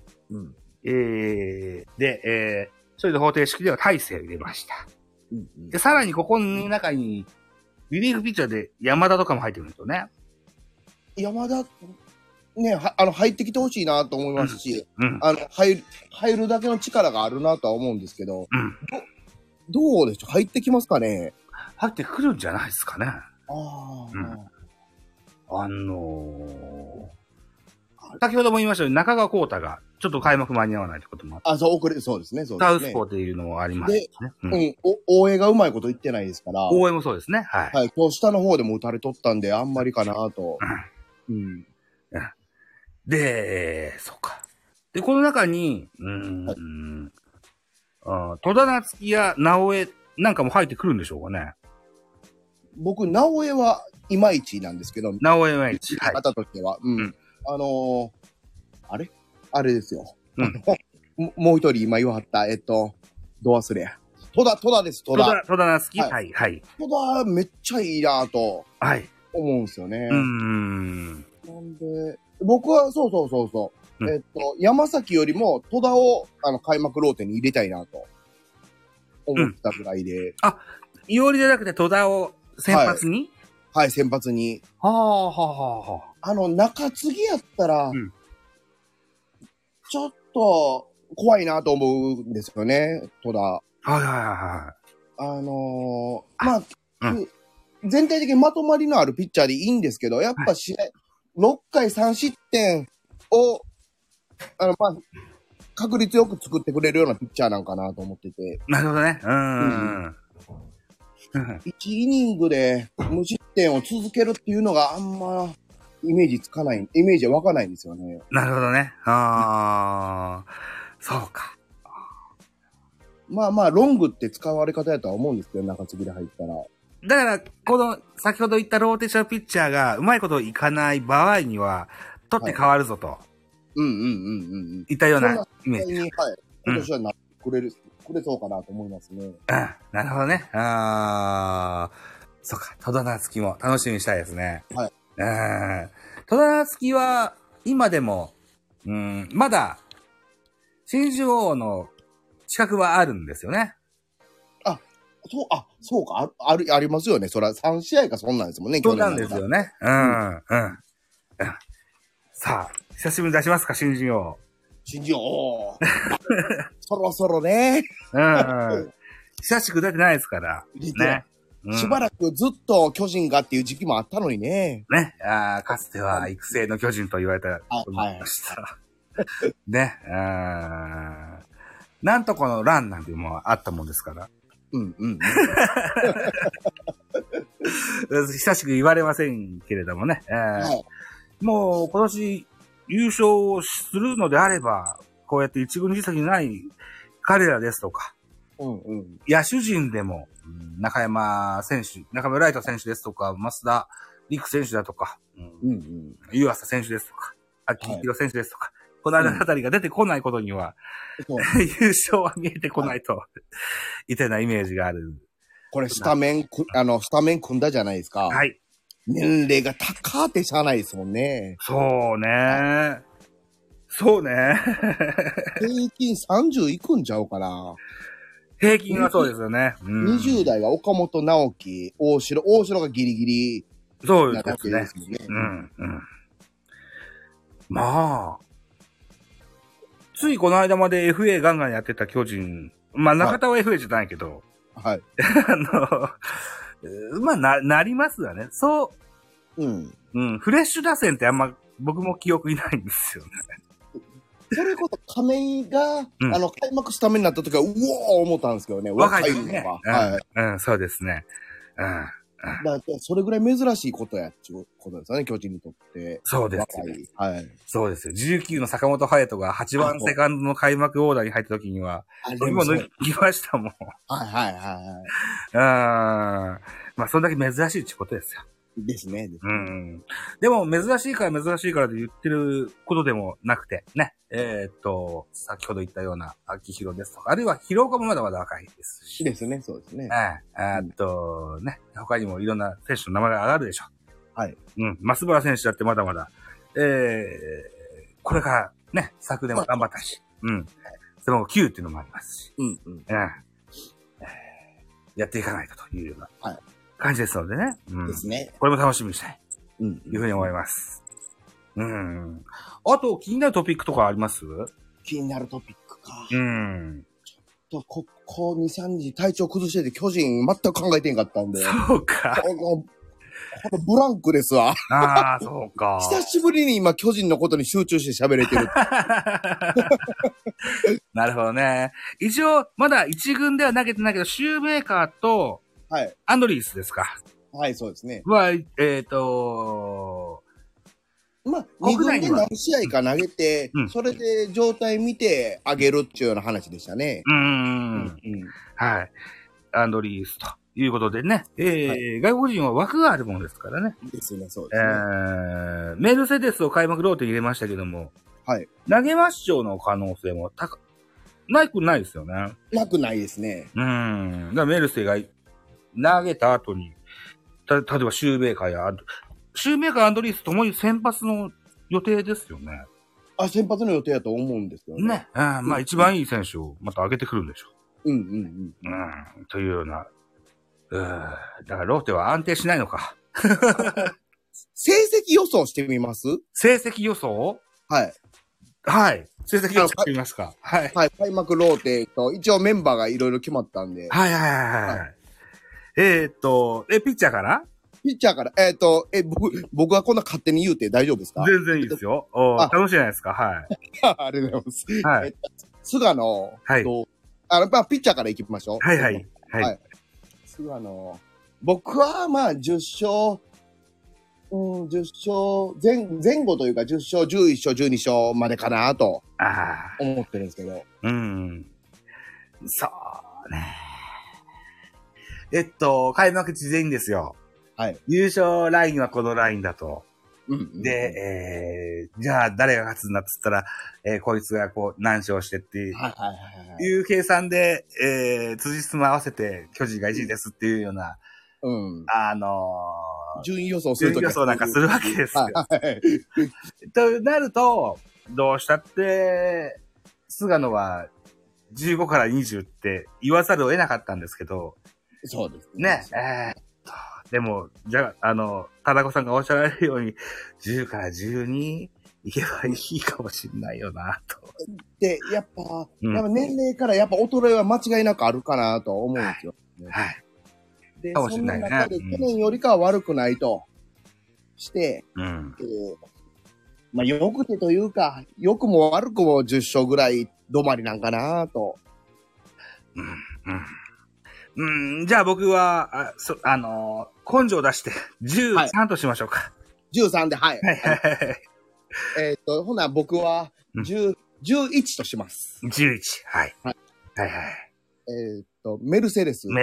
で、それで方程式では大勢を入れました。で、さらにここの中に、リリーフピッチャーで山田とかも入ってくるんですよね。 山田、ね、入ってきてほしいなと思いますし、入るだけの力があるなとは思うんですけど、どうでしょう、入ってきますかね。 入ってくるんじゃないですかね。先ほども言いましたように中川幸太がちょっと開幕間に合わないってこともあって。 そうですね、そうですね。 サウスポーっていうのもありますね。 大江がうまいこと言ってないですから。 大江もそうですね。はい。 はい。今日下の方でも打たれとったんで、あんまりかなと。 で、そうか。で、この中に、戸田夏樹や直江なんかも入ってくるんでしょうかね。 僕、直江はいまいちなんですけど。 直江はいまいち。 方としては。あれですよ。もう一人今言わはった、ど忘れ。戸田です、戸田。 戸田夏樹、はい、はい。 戸田めっちゃいいなと。 はい。 思うんですよね。なんで、僕は、そう。山崎よりも戸田を開幕ローテに入れたいなと思ったぐらいで。 伊織じゃなくて戸田を先発に？ はい、先発に。中継ぎやったら、ちょっと怖いなと思うんですよね、戸田。全体的にまとまりのあるピッチャーでいいんですけど、やっぱ試合、6回3失点を、確率よく作ってくれるようなピッチャーなんかなと思ってて。 なるほどね。 1イニングで無失点を続けるっていうのがあんまイメージ湧かないんですよね。 なるほどね。そうか。 ロングって使われ方やとは思うんですけど、中継ぎで入ったら。 だから、この、先ほど言ったローテーションピッチャーがうまいこといかない場合には、取って変わるぞと。いったようなイメージ。 はい。今年はなってくれそうかなと思いますね。 なるほどね。そうか。戸田夏樹も楽しみにしたいですね。 はい。 戸田夏樹は、今でも、まだ、新人王の資格はあるんですよね。 そうか。ありますよね。そら、3試合かそんなんですもんね。 そうなんですよね。さあ、久しぶりに出しますか、新人王。 新人王。そろそろね。 久しく出てないですから。ね。 しばらくずっと巨人がっていう時期もあったのにね。 ね。かつては育成の巨人と言われたと思いました。ね。なんとこのランなんていうのもあったもんですから。久しく言われませんけれどもね。もう今年優勝するのであれば、こうやって一軍実績ない彼らですとか、野手陣でも、中山ライト選手ですとか、増田陸選手だとか、湯浅選手ですとか、秋広選手ですとか、このあたりが出てこないことには、優勝は見えてこないと、いったようなイメージがある。 これスタメン組んだじゃないですか。 はい。 年齢が高ってしゃあないですもんね。 そうね。平均30いくんちゃうかな。 平均はそうですよね。 20代は岡本直樹、大城がギリギリ。 そうですね。まあ、ついこの間まで FA ガンガンやってた巨人、まあ中田は FA じゃないけど、 はい。 まあなりますよね。そう。フレッシュ打線ってあんま僕も記憶にないんですよね。 それこそ亀井が、開幕しためになった時は、うおー思ったんですけどね。 若いのね。 はい。 そうですね。 だからそれぐらい珍しいことやっていうことですよね、巨人にとって。 そうです。 はい。 そうですよ。19の坂本勇人が8番セカンドの開幕オーダーに入った時には、それも抜きましたもん。まあ、そんだけ珍しいってことですよ。 ですね。 でも、珍しいからで言ってることでもなくて、ね。先ほど言ったような秋広ですとか、あるいは広岡もまだまだ若いですし。 ですね、そうですね。 ね、他にもいろんな選手の名前が上がるでしょう。はい。 増原選手だってまだまだ、これからね、昨年も頑張ったし、その9っていうのもありますし、やっていかないというような感じですのでね。 ですね。 これも楽しみにしたい。いうふうに思います。あと、気になるトピックとかあります？ 気になるトピックか。ここ2、3日体調崩してて巨人全く考えてんかったんで。 そうか。 ブランクですわ。 ああ、そうか。 久しぶりに今巨人のことに集中して喋れてる。 なるほどね。一応、まだ一軍では投げてないけど、シューメーカーと、アンドリースですか。 はい、そうですね。 まあ、 まあ、2軍で何試合か投げて、それで状態見てあげるっていうような話でしたね。 はい。アンドリースということでね、外国人は枠があるものですからね。 ですね、そうですね。 メルセデスを開幕ローテに入れましたけども、投げ抹消の可能性もなくないですよね。 なくないですね。 だからメルセが投げた後に、例えばシューメーカーや、シューメーカー、アンドリースともに先発の予定ですよね。 先発の予定だと思うんですよね。 ね。まあ一番いい選手をまた上げてくるんでしょう。というような。だからローテは安定しないのか。 成績予想してみます？ 成績予想？はい。成績予想してみますか。はい。 開幕ローテと、一応メンバーがいろいろ決まったんで。 ピッチャーかな？ ピッチャーから、僕はこんな勝手に言うて大丈夫ですか？ 全然いいですよ。楽しいじゃないですか。はい。 ありがとうございます。 はい。 菅野と、ピッチャーから行きましょう。 はい。 菅野、僕はまあ10勝、前後というか10勝、11勝、12勝までかなと思ってるんですけど。 そうね。開幕事前にですよ。優勝ラインはこのラインだと。で、じゃあ誰が勝つんだっつったら、こいつがこう何勝してっていう計算で、辻褄合わせて巨人が1位ですっていうような、 順位予想するとき。 順位予想なんかするわけですよ。となると、どうしたって、菅野は15から20って言わざるを得なかったんですけど、 そうですね。でも、じゃあ、田中さんがおっしゃられるように、10から12いけばいいかもしれないよな、と。 で、やっぱ年齢からやっぱ衰えは間違いなくあるかなと思うんですよ。で、そんな中で去年よりかは悪くないとして、まあ、よくてというか、良くも悪くも10勝ぐらい止まりなんかなと。 じゃあ僕は、根性出して、13としましょうか。 13で、はい。ほな、僕は、11とします。 11、はい。 メルセデス。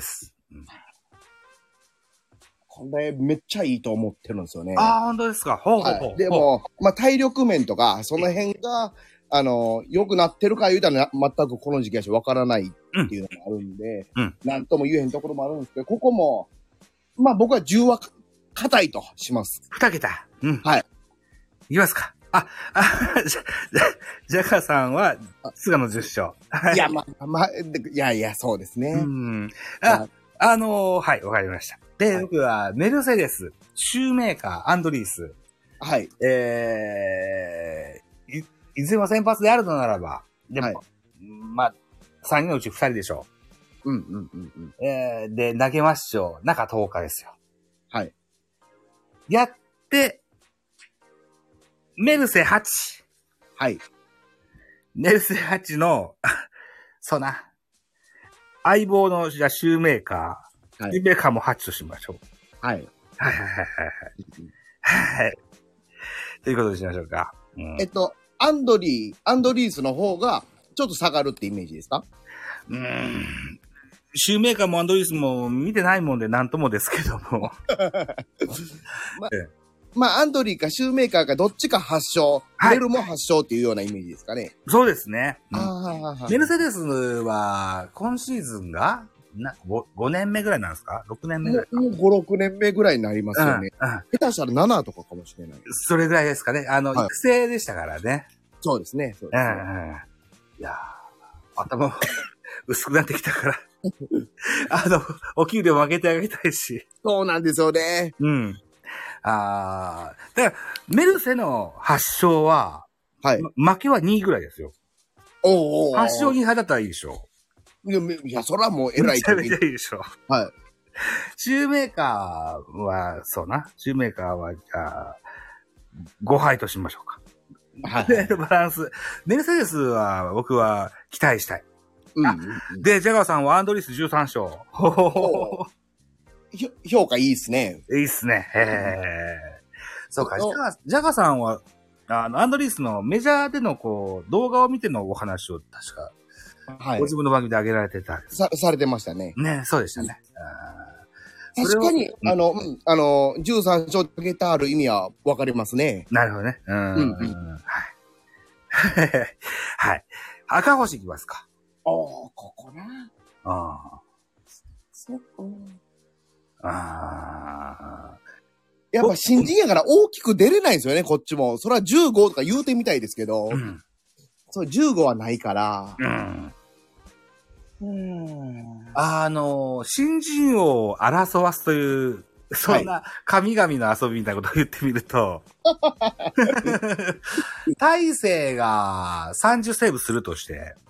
これ、めっちゃいいと思ってるんですよね。 本当ですか。 でも、まあ、体力面とか、その辺が、良くなってるか言うたら全くこの時期はしわからないっていうのもあるんで、なんとも言えへんところもあるんですけど、ここも、まあ僕は10は硬いとします。 2桁。 はい。 いきますか。 ジャガさんは、菅野10勝。 いや、いや、そうですね。 はい、わかりました。で、僕は、メルセデス、シューメーカー、アンドリース。 はい。 いずれも先発であるのならば、でも、3人のうち2人でしょう。で、投げましょう。中10日ですよ。 はい。 やって、メルセ8。 はい。 メルセ8の、そうな。相棒の、じゃシューメーカー。シューメーカーも8としましょう。 はい。 はい。はい。ということにしましょうか。 アンドリースの方が、ちょっと下がるってイメージですか？ シューメーカーもアンドリースも見てないもんで何ともですけども。 アンドリーかシューメーカーかどっちか8勝、メルも8勝っていうようなイメージですかね。 そうですね。メルセデスは、今シーズンが5年目ぐらいなんですか ?6 年目ぐらいか。 もう5、6年目ぐらいになりますよね。下手したら7とかかもしれない。 それぐらいですかね。育成でしたからね。 そうですね。 いやー、頭薄くなってきたから。お給料も上げてあげたいし。 そうなんですよね。 だから、メルセの8勝は、負けは2位ぐらいですよ。8勝2敗だったらいいでしょ。 いや、それはもう偉い。 めちゃめちゃいいでしょ。 はい。 シューメーカーは、そうな。シューメーカーは、じゃあ、5敗としましょうか。はい。バランス。メルセデスは、僕は期待したい。で、ジャガーさんはアンドリース13勝。 評価いいっすね。 いいっすね。そうか、ジャガさんは、アンドリースのメジャーでの動画を見てのお話を確か、ご自分の番組で上げられてた。 されてましたね。 ね、そうでしたね。 確かに、13勝上げたある意味はわかりますね。 なるほどね。はい。赤星いきますか。 ここな。やっぱ新人やから大きく出れないんですよね、こっちも。それは15とか言うてみたいですけど、そう、15はないから。 新人を争わすという、そんな神々の遊びみたいなことを言ってみると、大勢が30セーブするとして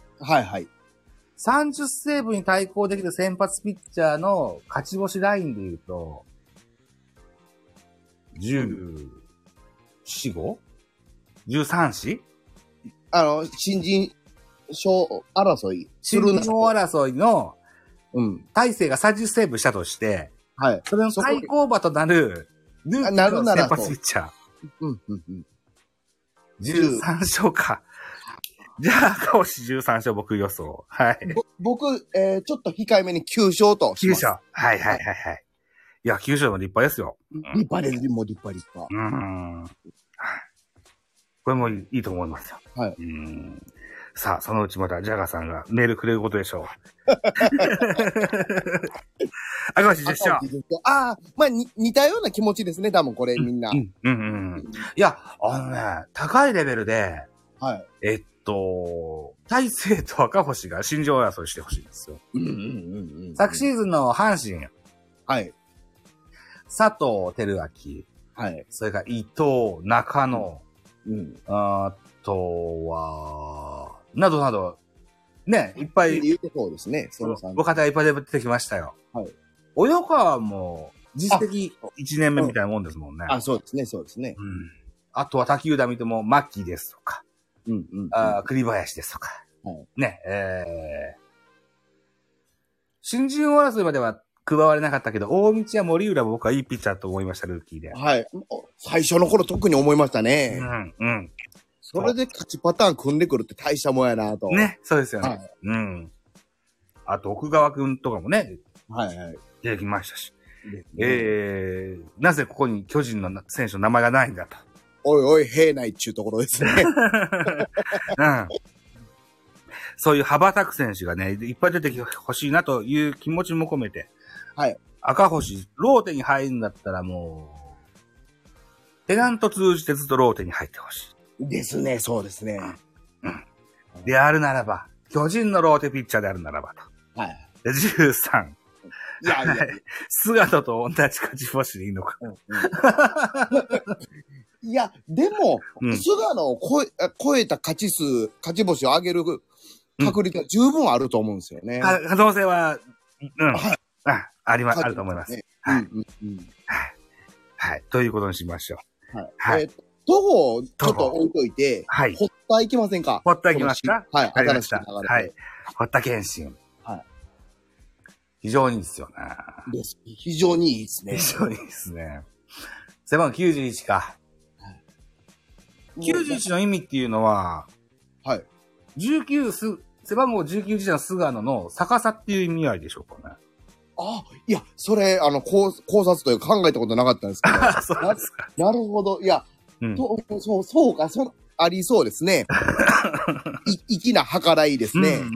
、30セーブに対抗できる先発ピッチャーの勝ち星ラインで言うと、14、5? 13子新人賞争い新人賞争いの、大勢が30セーブしたとして、それの対抗馬となる、ルーキーの先発ピッチャー。13勝か。じゃあ、赤星13勝、僕予想。はい。 僕、ちょっと控えめに9勝とします。 9勝。はい。いや、9勝も立派ですよ。 立派です。もう立派。 これもいいと思いますよ。さあ、そのうちまた、ジャガさんがメールくれることでしょう。赤星10勝。 似たような気持ちですね、多分これ、みんな。 いや、高いレベルで、大勢と赤星が新庄争いしてほしいんですよ。昨シーズンの阪神。佐藤輝明。それから伊藤、中野。あとは、などなど、ね、いっぱい。 そうですね。 ご方がいっぱい出てきましたよ。及川も、実績1年目みたいなもんですもんね。 そうですね。 あとは滝浦見ても、マッキーですとか。栗林ですとか。ね、新人王争いまでは加われなかったけど、大道や森浦も僕はいいピッチャーと思いました、ルーキーで。 最初の頃特に思いましたね。それで勝ちパターン組んでくるって大したもんやなと。 ね、そうですよね。あと奥川くんとかもね、出てきましたし。なぜここに巨人の選手の名前がないんだと。 おい、平内っちゅうところですね。 そういう羽ばたく選手がね、いっぱい出てきてほしいなという気持ちも込めて。赤星、ローテに入るんだったらもう、テナント通じてずっとローテに入ってほしい。 ですね、そうですね。 うん。であるならば、巨人のローテピッチャーであるならばと。 はい。 で、13。 いやいやいや。 菅野と同じ勝ち星でいいのか。 いや、でも、 うん、 菅野を超えた勝ち星を上げる確率は十分あると思うんですよね。 可能性は、うん。 はい。 あると思います。はい。はい。ということにしましょう。はい。徒歩をちょっと置いといて、 はい。 堀田行きませんか？ 堀田行きますか？ はい。 新しい流れ。はい。堀田健信。 はい。 非常にいいですよね。 非常にいいですね。 非常にいいですね。背番号91か。91の意味っていうのは、 はい。 背番号19時の菅野の逆さっていう意味合いでしょうかね。 いや、それ、考察というか考えたことなかったんですけど。 そうですか。 なるほど。いや、そうか、ありそうですね。粋な計らいですね。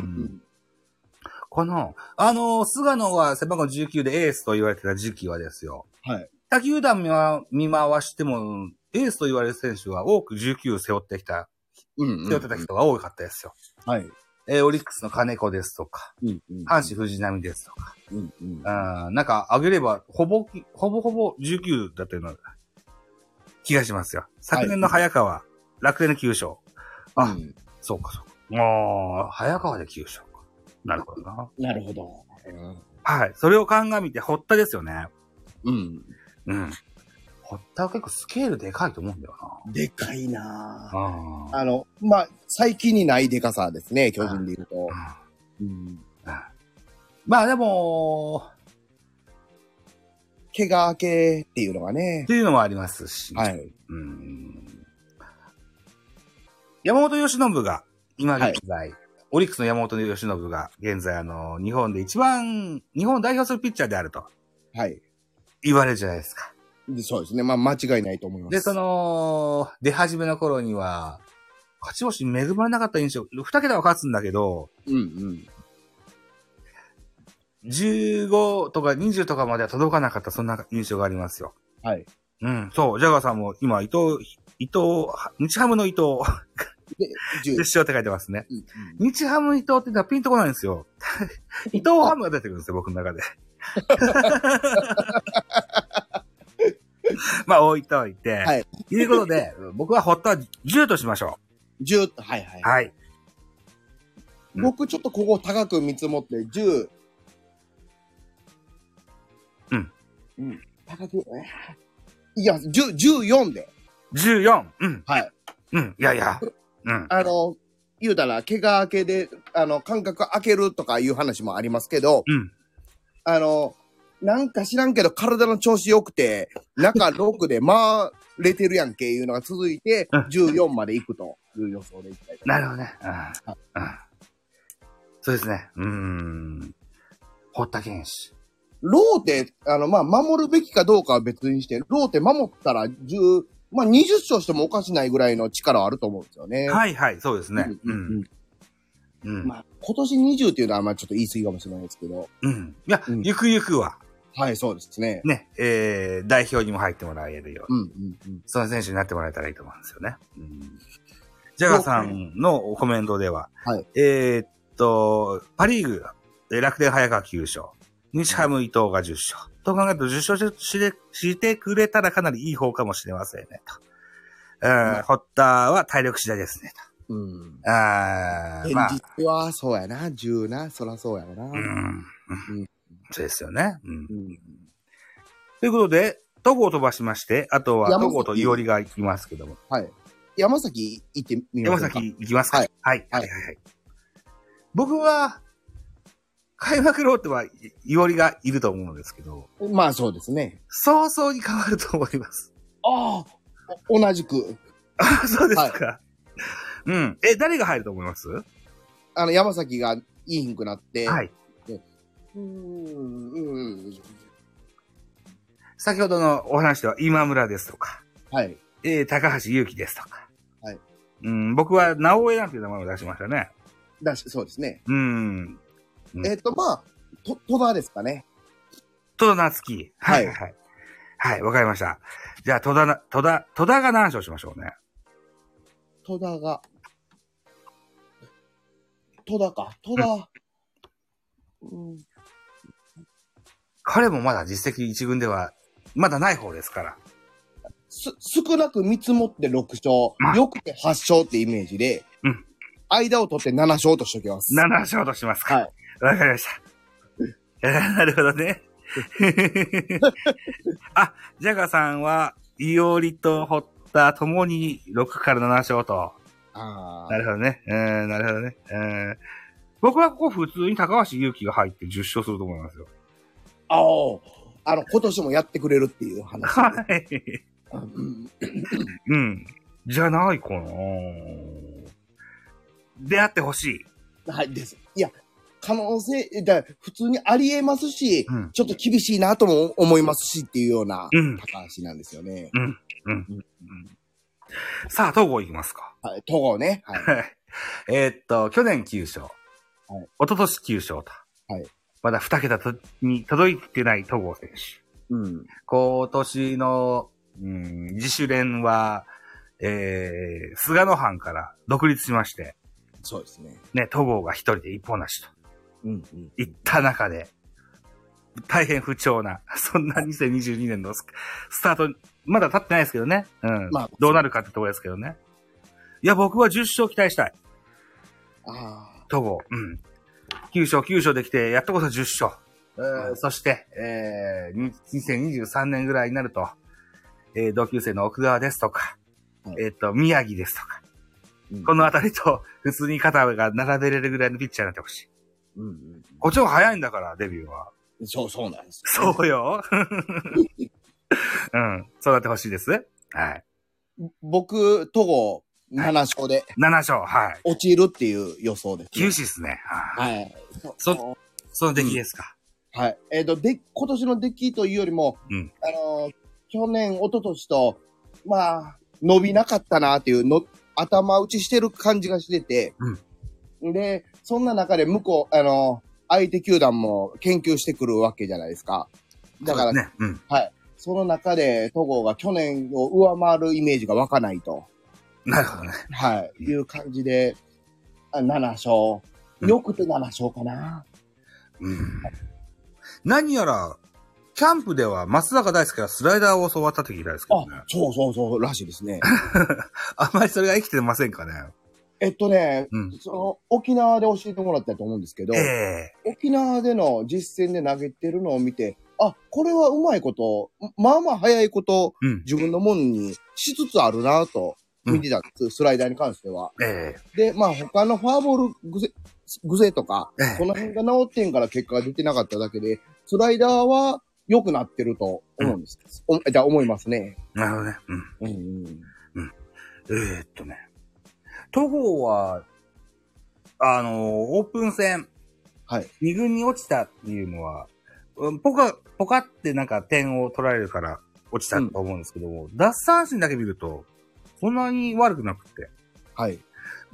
この、菅野は背番号19でエースと言われてた時期はですよ。 はい。 他球団見回しても、エースと言われる選手は多く19背負ってきた、背負ってた人が多かったですよ。 はい。 オリックスの金子ですとか、阪神藤浪ですとか、なんか上げれば、ほぼ19だったような気がしますよ。昨年の早川、楽天の9勝。そうか。もう、早川で9勝か。なるほどな。 なるほど。 はい。それを鑑みて、堀田ですよね。 うん。 堀田は結構スケールでかいと思うんだよな。 でかいなぁ。まあ、最近にないでかさですね、巨人で言うと。 まあでも、 怪我明けっていうのがね。 っていうのもありますし。 はい。 山本由伸が、今現在、オリックスの山本由伸が、現在日本で一番、日本を代表するピッチャーであると。 はい。 言われるじゃないですか。 そうですね。まあ、間違いないと思います。 で、出始めの頃には、勝ち星に恵まれなかった印象、2桁は勝つんだけど、15とか20とかまでは届かなかった、そんな印象がありますよ。 はい。 そう、ジャガーさんも今、日ハムの伊藤、10勝って書いてますね。日ハム伊藤ってのはピンとこないんですよ。伊藤ハムが出てくるんですよ、僕の中で。まあ置いといて。はい。ということで、僕は堀田は10としましょう。10、はい。はい。僕ちょっとここ高く見積もって10。高く、いや、14で。 14。 はい。 いやいや。 言うたら、怪我明けで、間隔空けるとかいう話もありますけど、なんか知らんけど体の調子良くて、中6で回れてるやんけいうのが続いて、14まで行くという予想でいきたいと思います。 なるほどね。そうですね。堀田健士。 ローテ、まあ、守るべきかどうかは別にして、ローテ守ったら20勝してもおかしないぐらいの力はあると思うんですよね。 はいはい、そうですね。 まあ、今年20っていうのはまあちょっと言い過ぎかもしれないですけど。 いや、ゆくゆくは。 はい、そうですね。 ね、代表にも入ってもらえるように。その選手になってもらえたらいいと思うんですよね。ジャガーさんのコメントでは、パリーグ、楽天早川9勝。日ハム伊藤が10勝。と考えると10勝してくれたらかなりいい方かもしれませんね、と。堀田は体力次第ですね、と。 現実はそうやな、10な、そらそうやな。 そうですよね。ということで、戸郷を飛ばしまして、あとは戸郷と伊織が行きますけども。 はい。山崎行ってみますか。 山崎行きますか。はい。僕は、開幕ローテは、伊織がいると思うんですけど。 まあそうですね。 早々に変わると思います。 同じく。 そうですか。誰が入ると思います？ 山崎がいいひんくなって。 はい。先ほどのお話では今村ですとか。 はい。 高橋祐希ですとか。 はい。 僕は直江なんていう名前を出しましたね。 そうですね。まあ、戸田ですかね。 戸田夏樹。はい。はい、わかりました。じゃあ、戸田が何勝しましょうね。 戸田が、戸田か、戸田。 彼もまだ実績一軍では、まだない方ですから。 少なく見積もって6勝、よくて8勝ってイメージで、間を取って7勝としときます。 7勝としますか。はい。わかりました。なるほどね。あ、ジャガさんは、イオリとホッタともに6から7勝と。なるほどね。なるほどね。僕はここ普通に高橋祐希が入って10勝すると思いますよ。 今年もやってくれるっていう話。 はい。うん。じゃないかなであってほしい。はい、です。いや、可能性、普通にあり得ますし、ちょっと厳しいなとも思いますしっていうような高橋なんですよね。 さあ、戸郷いきますか。 はい、戸郷ね。はい。 去年9勝。はい。一昨年9勝と。はい。まだ2桁に届いてない戸郷選手。今年の、自主練は、菅野藩から独立しまして。 そうですね。 ね、戸郷が一人で一本なしと。行った中で、大変不調な、そんな2022年のスタート、まだ経ってないですけどね。まあ、どうなるかってところですけどね。いや、僕は10勝期待したい。戸郷。9勝できて、やっとこそ10勝。そして、2023年ぐらいになると、同級生の奥川ですとか、宮城ですとか、このあたりと普通に肩が並べれるぐらいのピッチャーになってほしい。こっちも早いんだから、デビューは。 そうなんです、 ね。そうよ。そうなってほしいです。はい。 僕、戸郷、7勝で。 7勝、はい。 落ちるっていう予想です、ね。 厳しいですね。はい。その出来ですか。 はい。今年の出来というよりも、去年、一昨年と、まあ、伸びなかったなっていうの、頭打ちしてる感じがしてて、で、そんな中で向こう、相手球団も研究してくるわけじゃないですか。だから、ね、はい。その中で、戸郷が去年を上回るイメージが湧かないと。 なるほどね。 はい。いう感じで、7勝。よくて7勝かな。 何やら、キャンプでは松坂大輔がスライダーを教わったって聞いたんですけどね。 そうらしいですね。 あんまりそれが生きてませんかね。 沖縄で教えてもらったと思うんですけど、沖縄での実践で投げてるのを見て、これはうまいこと、まあまあ早いこと、自分のものにしつつあるなと見てたんです、スライダーに関しては。で、まあ他のフォアボール癖とか、この辺が治ってんから結果が出てなかっただけで、スライダーは良くなってると思うんです。思いますね。 なるほどね。戸郷は、オープン戦、はい。2軍に落ちたっていうのは、ポカってなんか点を取られるから落ちたと思うんですけども、奪三振だけ見ると、そんなに悪くなくて。 はい。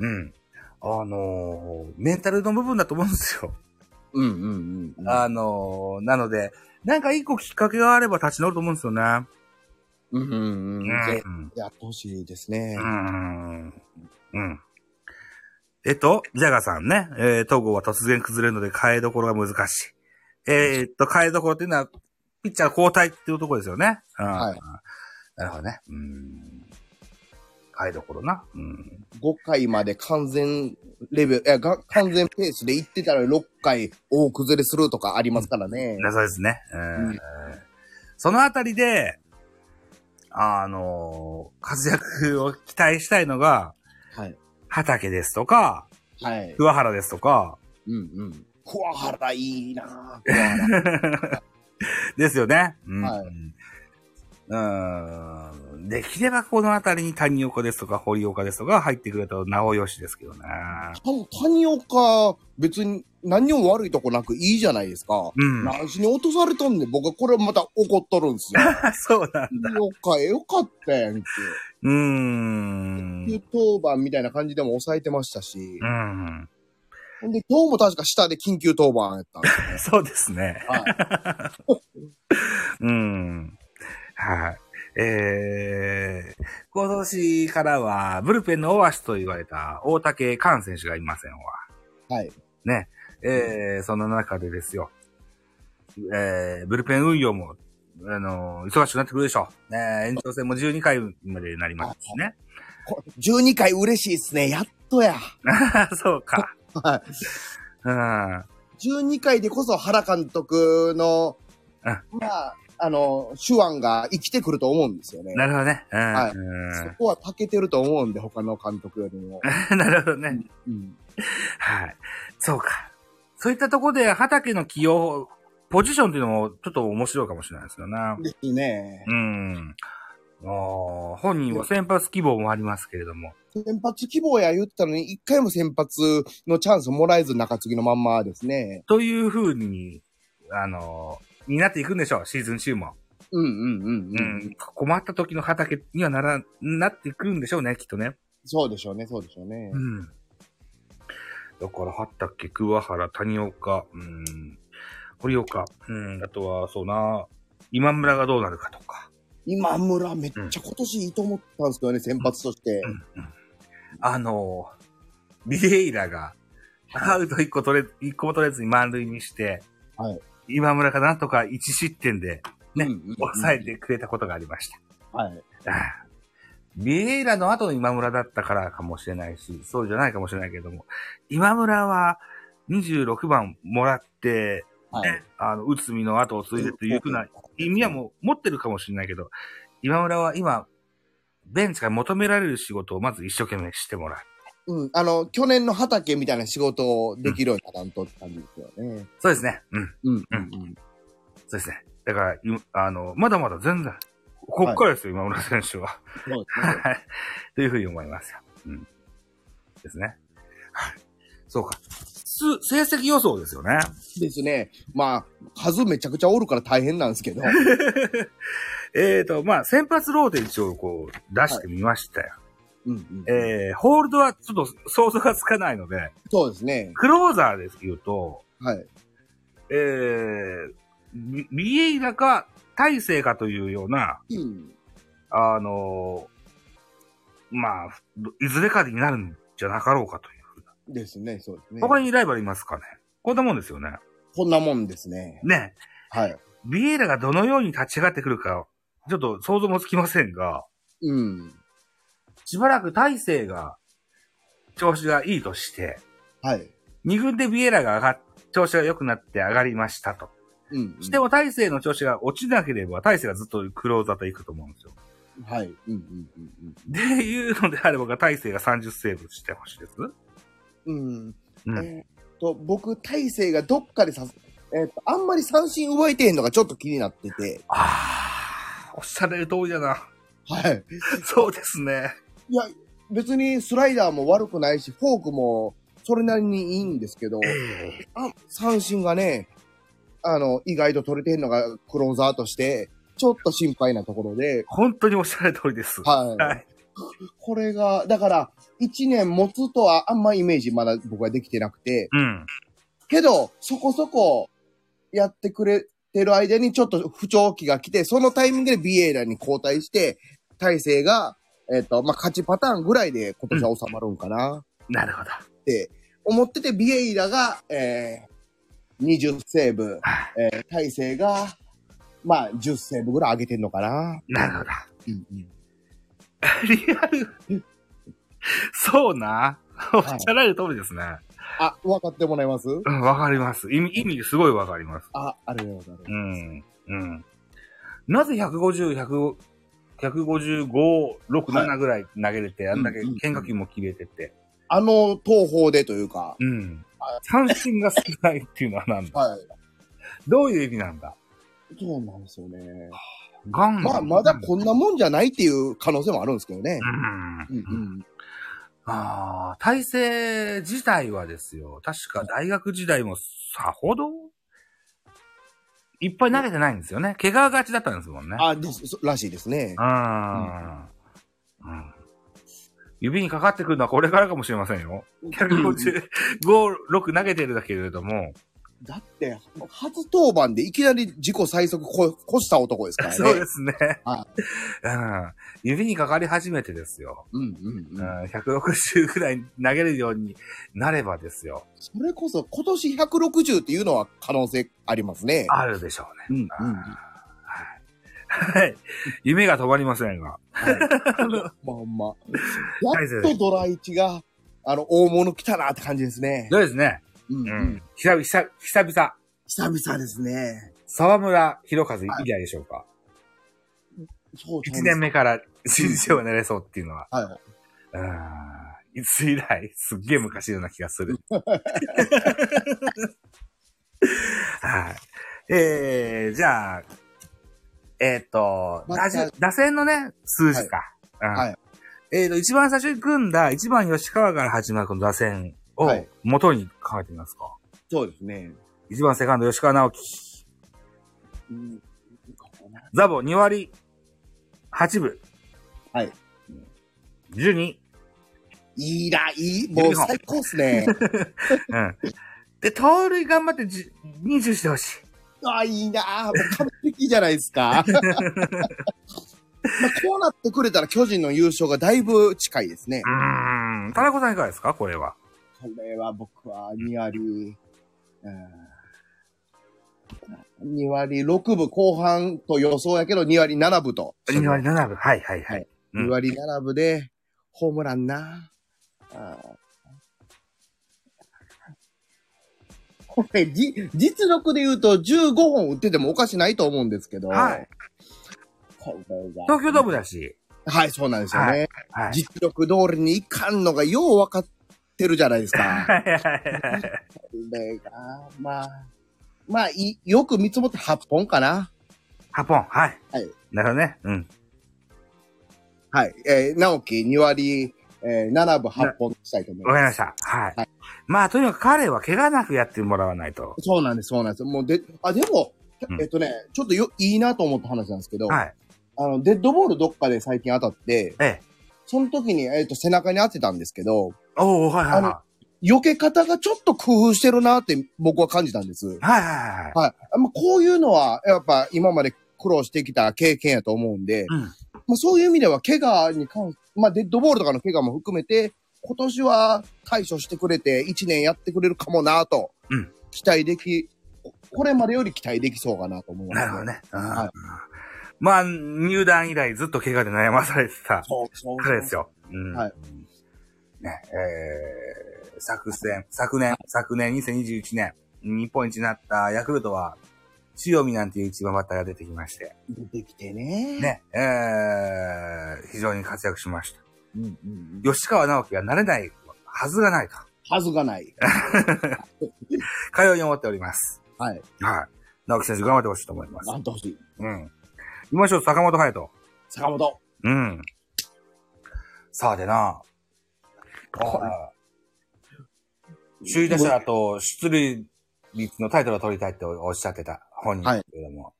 メンタルの部分だと思うんですよ。なので、なんか一個きっかけがあれば立ち直ると思うんですよね。 やってほしいですね。 ジャガさんね、戸郷は突然崩れるので変えどころが難しい。変えどころっていうのは、ピッチャー交代っていうところですよね。はい。なるほどね。変えどころな。 5回まで完全ペースで行ってたら6回大崩れするとかありますからね。 そうですね。そのあたりで、活躍を期待したいのが、はい。畑ですとか、はい。桑原ですとか、 桑原いいなぁ。桑原。 ですよね。できればこのあたりに谷岡ですとか堀岡ですとか入ってくるとなおよしですけどね。 谷岡、別に何にも悪いとこなくいいじゃないですか。何しに落とされたんで僕はこれまた怒っとるんですよ。 そうなんだ。 谷岡よかったやんけ。緊急登板みたいな感じでも抑えてましたし。ほんで、今日も確か下で緊急登板やったんですよね。 そうですね。はい。はい。 今年からは、ブルペンのオアシスと言われた大竹寛選手がいませんわ。 はい。 ね。その中でですよ。ブルペン運用も、忙しくなってくるでしょう。延長戦も12回までなりますしね。 12回嬉しいっすね。やっとや。 そうか。 はい。12回でこそ原監督の、まあ、手腕が生きてくると思うんですよね。 なるほどね。 はい。そこは長けてると思うんで、他の監督よりも。 なるほどね。はい。そうか。そういったところで、畑の起用、ポジションっていうのもちょっと面白いかもしれないですよね。 ですね。 本人は先発希望もありますけれども。 先発希望や言ったのに、一回も先発のチャンスもらえず中継ぎのまんまですね。 という風に、になっていくんでしょう、シーズン中も。困った時の畑にはなっていくんでしょうね、きっとね。 そうでしょうね。 だから、畑、桑原、谷岡、堀岡、あとは、そうな、今村がどうなるかとか。 今村めっちゃ今年いいと思ったんですけどね、先発として。 ビエイラが、アウト1個も取れずに満塁にして、 はい。 今村がなんとか1失点で、ね、抑えてくれたことがありました。 はい。 ビエイラの後の今村だったからかもしれないし、そうじゃないかもしれないけども、今村は26番もらって、ね、内海の後を継いでというふうな意味はもう持ってるかもしれないけど、今村は今、ベンチから求められる仕事をまず一生懸命してもらう。 去年の畑みたいな仕事をできるようにならんとって感じですよね。 そうですね。そうですね。だから、まだまだ全然、こっからですよ、今村選手は。 そうですね。 はい。というふうに思いますよ。ですね。はい。そうか。成績予想ですよね。 ですね。まあ、数めちゃくちゃおるから大変なんですけど。 まあ、先発ローテ一応こう出してみましたよ。ホールドはちょっと想像がつかないので。 そうですね。 クローザーです言うと。 はい。 ビエイラか大勢かというような、まあ、いずれかになるんじゃなかろうかというふうな。 ですね、そうですね。 他にライバルいますかね。こんなもんですよね。 こんなもんですね。 ね。 はい。 ビエイラがどのように立ち上がってくるか、ちょっと想像もつきませんが、しばらく大勢が調子がいいとして、 はい。 2軍でビエイラが調子が良くなって上がりましたと。しても大勢の調子が落ちなければ、大勢がずっとクローザーと行くと思うんですよ。 はい。 で、いうのであれば、大勢が30セーブしてほしいです。 僕、大勢がどっかであんまり三振奪えてへんのがちょっと気になってて。 おっしゃる通りだな。 はい。 そうですね。 いや、別にスライダーも悪くないし、フォークもそれなりにいいんですけど、三振がね、意外と取れてへんのがクローザーとして、ちょっと心配なところで。 本当におっしゃる通りです。 はい。これが、だから、1年持つとはあんまイメージまだ僕はできてなくて。けど、そこそこやってくれてる間にちょっと不調期が来て、そのタイミングでビエイラに交代して、大勢が、まあ、勝ちパターンぐらいで今年は収まるんかな。 なるほど。 って思ってて、ビエイラが、20セーブ、大勢が、まあ、10セーブぐらい上げてんのかな。 なるほど。リアル。そうな。おっしゃられる通りですね。 分かってもらえます？ わかります。意味すごいわかります。 ありがとうございます。 なぜ150、155、6、7ぐらい投げれて、あんだけ変化球も切れてて。 投法でというか。 三振が少ないっていうのはなんだ？はい。どういう意味なんだ？ そうなんですよね。 まあ、まだこんなもんじゃないっていう可能性もあるんですけどね。 大勢自体はですよ、確か大学時代もさほどいっぱい投げてないんですよね。怪我がちだったんですもんね。 らしいですね。 指にかかってくるのはこれからかもしれませんよ。155、6投げてるだけれども、 だって、初登板でいきなり自己最速越した男ですからね。 そうですね。 はうん。指にかかり始めてですよ。 うん 160ぐらい投げるようになればですよ。 それこそ今年160っていうのは可能性ありますね。 あるでしょうね。はい。夢が止まりませんが。 はい。まあまあ。やっとドラ1が、大物来たなって感じですね。 そうですね。久々。 久々ですね。 沢村弘和以来でしょうか。 そう 1年目から新人を狙れそうっていうのは。 はい。 いつ以来すっげえ昔のような気がする。はい。じゃあ、打線のね、数字か。はい。一番最初に組んだ1番吉川から始まるこの打線を元に考えてみますか。 そうですね。 1番セカンド吉川直樹。ザボ2割8分。 はい。 12。 いい。もう最高っすね。 うん。で、盗塁頑張って20してほしい。 いいなぁ。もう完璧じゃないですか。まあ、こうなってくれたら巨人の優勝がだいぶ近いですね。 田中さんいかがですかこれは。 これは僕は2割、2割6分後半と予想やけど2割7分と。 2割7分。はい。 2割7分でホームランな。これ、実力で言うと15本打っててもおかしないと思うんですけど。はい。 東京ドームだし。 はい、そうなんですよね。はい。実力通りにいかんのがよう分かってるじゃないですか。これが、まあ、よく見積もって8本かな。 8本、はい。 はい。 なるほどね。うん。 はい。直樹2割、7分8本したいと思います。 わかりました。はい。はい、まあ、とにかく彼は怪我なくやってもらわないと。 そうなんです。もうでも、ちょっといいなと思った話なんですけど、はい。デッドボールどっかで最近当たって、その時に、背中に当てたんですけど、避け方がちょっと工夫してるなって僕は感じたんです。はい。こういうのは、やっぱ今まで苦労してきた経験やと思うんで、そういう意味では怪我に関して、デッドボールとかの怪我も含めて、今年は対処してくれて1年やってくれるかもなと、期待でき、これまでより期待できそうかなと思います、 なるほどね。はい。まあ、入団以来ずっと怪我で悩まされてた彼ですよ。はい。ね、昨年2021年、日本一になったヤクルトは、塩見なんていう一番バッターが出てきまして。 出てきてね。 ね、非常に活躍しました。吉川直樹がなれないはずがないと。 はずがない。 かように思っております。 はい。 はい。直樹選手頑張ってほしいと思います。 頑張ってほしい。 うん。行きましょう、坂本勇人。 坂本。 うん。さあでな。首位打者と出塁率のタイトルを取りたいっておっしゃってた本人ですけれども。はい、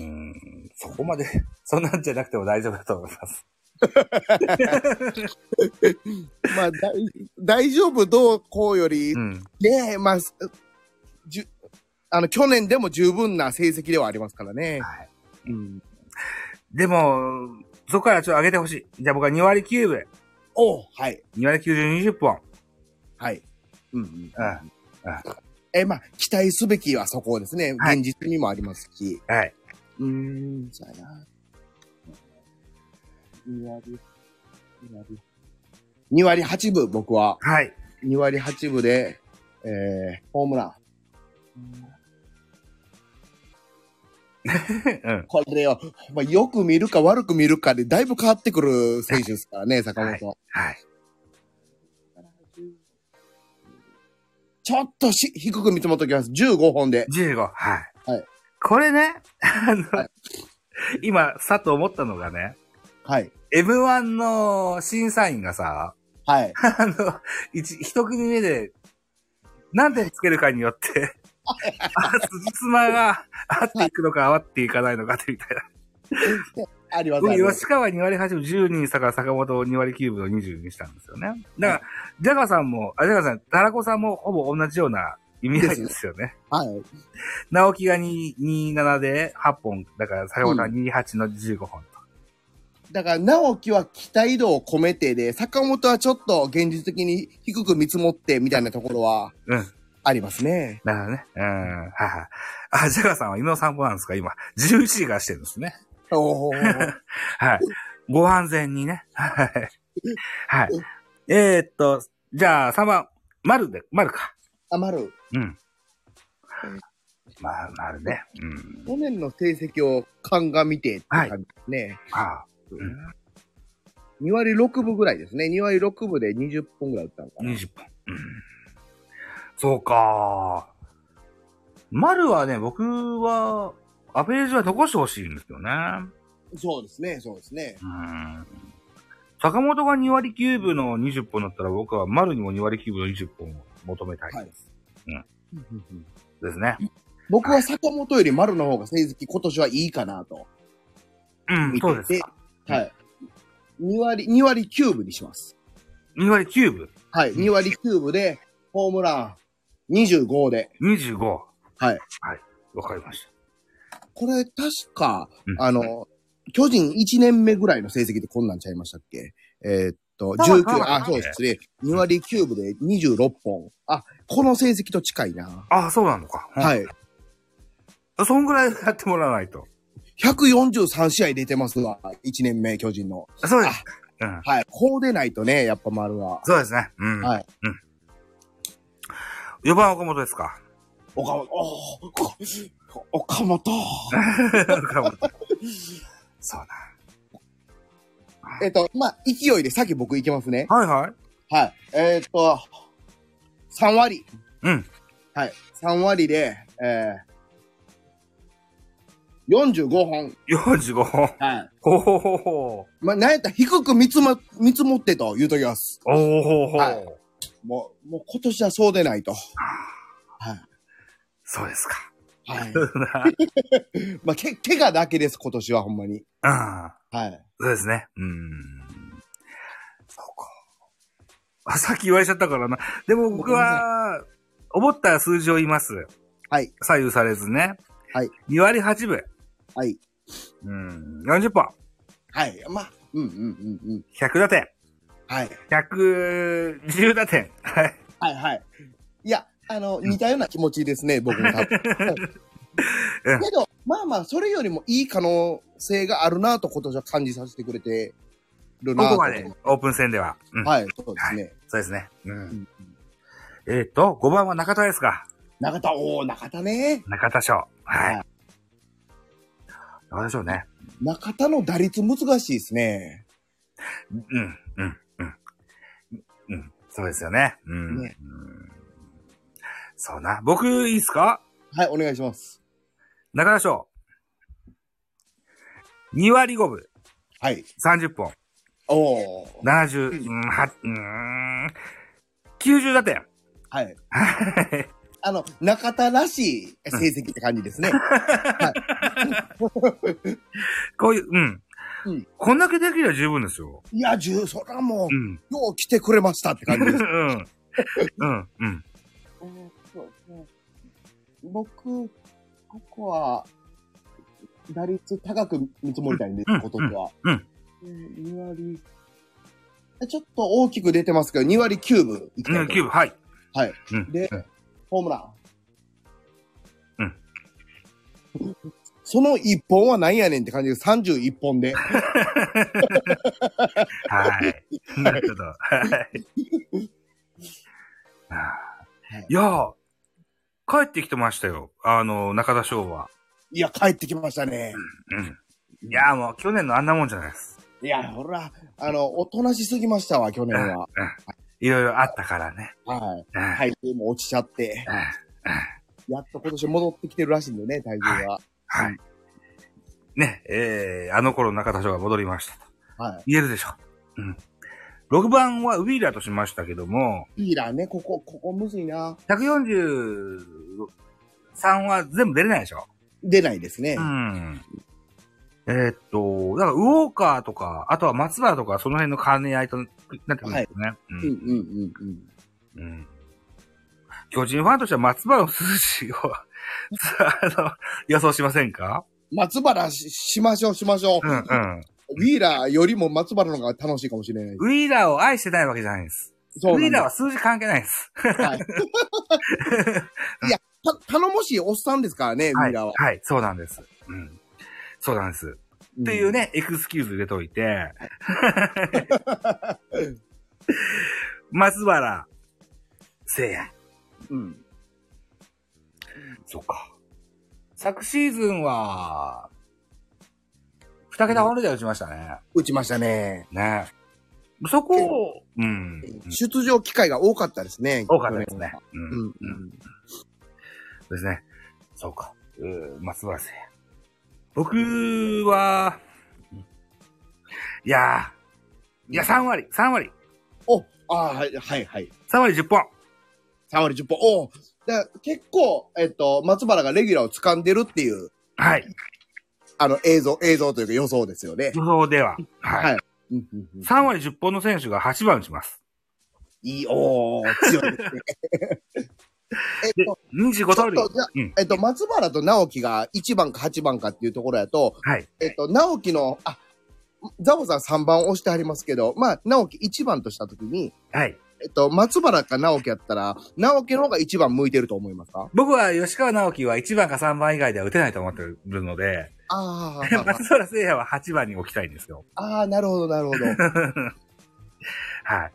そこまで、そんなんじゃなくても大丈夫だと思います。 まあ、大丈夫どうこうより、ねえ、まあ、去年でも十分な成績ではありますからね。はい。 でも、そこからちょっと上げてほしい。じゃあ僕は2割9分。 はい。 2割90、20本。 はい。まあ、期待すべきはそこですね。現実にもありますし。 はい。 そうやな。2割8分、僕は。 はい。 2割8分で、ホームラン。これを、よく見るか悪く見るかでだいぶ変わってくる選手ですからね、坂本。 はい。 ちょっと低く見積もっときます。15本で。 15、はい。はい。これね、今、さっと思ったのがね、 はい。 M1 の審査員がさ、 はい。 一組目で何点つけるかによって、辻褄が合っていくのか合っていかないのかみたいな。 あります。 吉川2割8分10にしたから坂本2割9分を20にしたんですよね。だから、ジャガさん、タラコさんもほぼ同じような意味合いですよね。 はい。 直樹が27で8本、だから坂本は28の15本と。 だから、直樹は期待度を込めてで、坂本はちょっと現実的に低く見積もってみたいなところは、ありますね。 なるほどね。はいはい。あ、ジャガーさんは犬の散歩なんですか今。11時がしてるんですね。 おー。 はい。ご安全にね。はい。はい。じゃあ3番、丸か。 あ、丸。 うん。まあ、丸ね。うん。 去年の成績を鑑みてって感じですね。 はい。 2割6分ぐらいですね。2割6分で20本ぐらい打ったのかな。 20本。そうか。丸はね、僕は、アベレージは残してほしいんですよね。 そうですね、そうですね。 坂本が2割9分の20本だったら僕は丸にも2割9分の20本を求めたいです。はい。ですね。 僕は坂本より丸の方が成績今年はいいかなと。 そうですか。 はい。2割9分にします。 2割9分はい。2割9分で、ホームラン25で。 25。 はい。 はい。わかりました。 これ確か、巨人1年目ぐらいの成績でこんなんちゃいましたっけ19、そうですね。2割9分で26本。あ、この成績と近いな。 あ、そうなのか。 はい。 そんぐらいやってもらわないと。 143試合出てますわ。1年目、巨人の。 そうです。 はい。こうでないとね、やっぱ丸は。 そうですね。はい。4番岡本ですか。 岡本。 そうだ。 まあ、勢いで先僕行けますね。 はいはい。 はい。3割。はい。3割で、45本。 45本。 はい。 ほ。 まあ、なんやったら低く見積もってと言うときます。 はい。 もう今年はそうでないと。はい。 そうですか。 はい。まあ、怪我だけです、今年はほんまに。はい。 そうですね。そうか。さっき言われちゃったからな。でも僕は、思った数字を言います。 はい。 左右されずね。 はい。 2割8分。 はい。 40本。 はい。まあ、 100打点。 はい。 110打点。はい。 はい。いや、似たような気持ちですね、僕も多分。けど、まあ、それよりもいい可能性があるなと今年は感じさせてくれてるなと。 ここまで、オープン戦では。 はい、そうですね。 そうですね。5番は中田ですか。 中田ね。 中田賞。はい。中田賞ね。 中田の打率難しいですね。 そうですよね。そうな。僕、いいっすか？ はい、お願いします。 中田賞。2割5分。 はい。 30本。70、90打点。 はい。中田らしい成績って感じですね。はい。 こういう、こんだけできれば十分ですよ。 いや、それはもう、よう来てくれましたって感じです。僕、ここは、打率高く見積もりたいんです、今年は。2割、ちょっと大きく出てますけど、2割9分いきたい。 9分、はい。 はい。で、ホームラン。その1本は何やねんって感じで31本で。 はい。なるほど。はい。いや帰ってきてましたよ。中田翔は。 いや、帰ってきましたね。 いやもう去年のあんなもんじゃないです。 いや、ほら、おとなしすぎましたわ、去年は。 いろいろあったからね。 はい。体重も落ちちゃって。やっと今年戻ってきてるらしいんでね、体重が。 はい。ね、あの頃中田翔が戻りましたと。はい。言えるでしょう。6番はウィーラーとしましたけども。 ウィーラーね、ここむずいな。 143は全部出れないでしょ？ 出ないですね。 だからウォーカーとか、あとは松原とか、その辺の兼ね合いとなってくるんですよね。 巨人ファンとしては松原の数字を、予想しませんか？ 松原しましょう。 うんうん。 ウィーラーよりも松原の方が楽しいかもしれないです。 ウィーラーを愛してないわけじゃないです。ウィーラーは数字関係ないです。はい。 いや、頼もしいおっさんですからね、ウィーラーは。 はい、そうなんです。うん。そうなんです。っていうね、エクスキューズ入れといて、松原聖也。うん。そうか。昨シーズンは、二桁本塁打打ちましたね。 打ちましたね。 ね。そこを、うん。 出場機会が多かったですね。 多かったですね。うん。うん。ですね。そうか。松原聖也。僕は、いや、3割。 お、はい。 3割10本。 3割10本。お結構、松原がレギュラーを掴んでるっていう。 はい。 映像というか予想ですよね。 予想では。はい。3割10本の選手が8番打ちます。 強いですね。 25通り。 松原と直樹が1番か8番かっていうところやと、 はい。 直樹の、ザボさん3番押してありますけど、まあ、直樹1番としたときに、 はい。 松原か直樹やったら、直樹の方が1番向いてると思いますか？ 僕は吉川直樹は1番か3番以外では打てないと思ってるので、松原聖也は8番に置きたいんですよ。 なるほど。はい。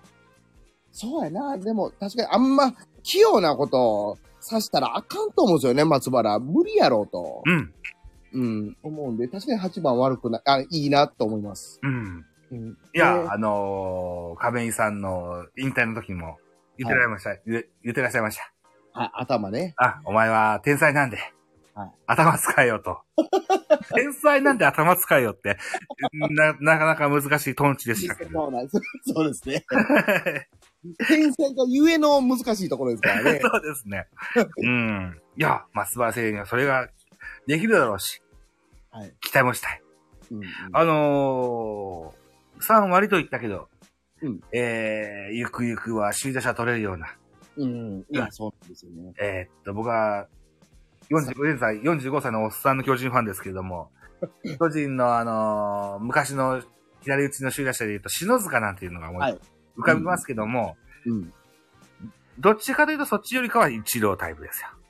そうやな。でも、確かにあんま器用なことをさしたらあかんと思うんですよね、松原。無理やろうと。思うんで、確かに8番悪くない、いいなと思います。 いや、亀井さんの引退の時も言ってらっしゃいました。 頭ね。 お前は天才なんで。頭使えよと。天才なんで頭使えよって、なかなか難しいトンチでしたけど。 そうですね。天才がゆえの難しいところですからね。 そうですね。いや、松原聖也にはそれができるだろうし、期待もしたい。3割と言ったけど、ゆくゆくは首位打者取れるような。 いや、そうなんですよね。 僕は、現在45歳のおっさんの巨人ファンですけれども、巨人の昔の左打ちの首位打者で言うと、篠塚なんていうのが浮かびますけども、どっちかというとそっちよりかは一郎タイプですよ。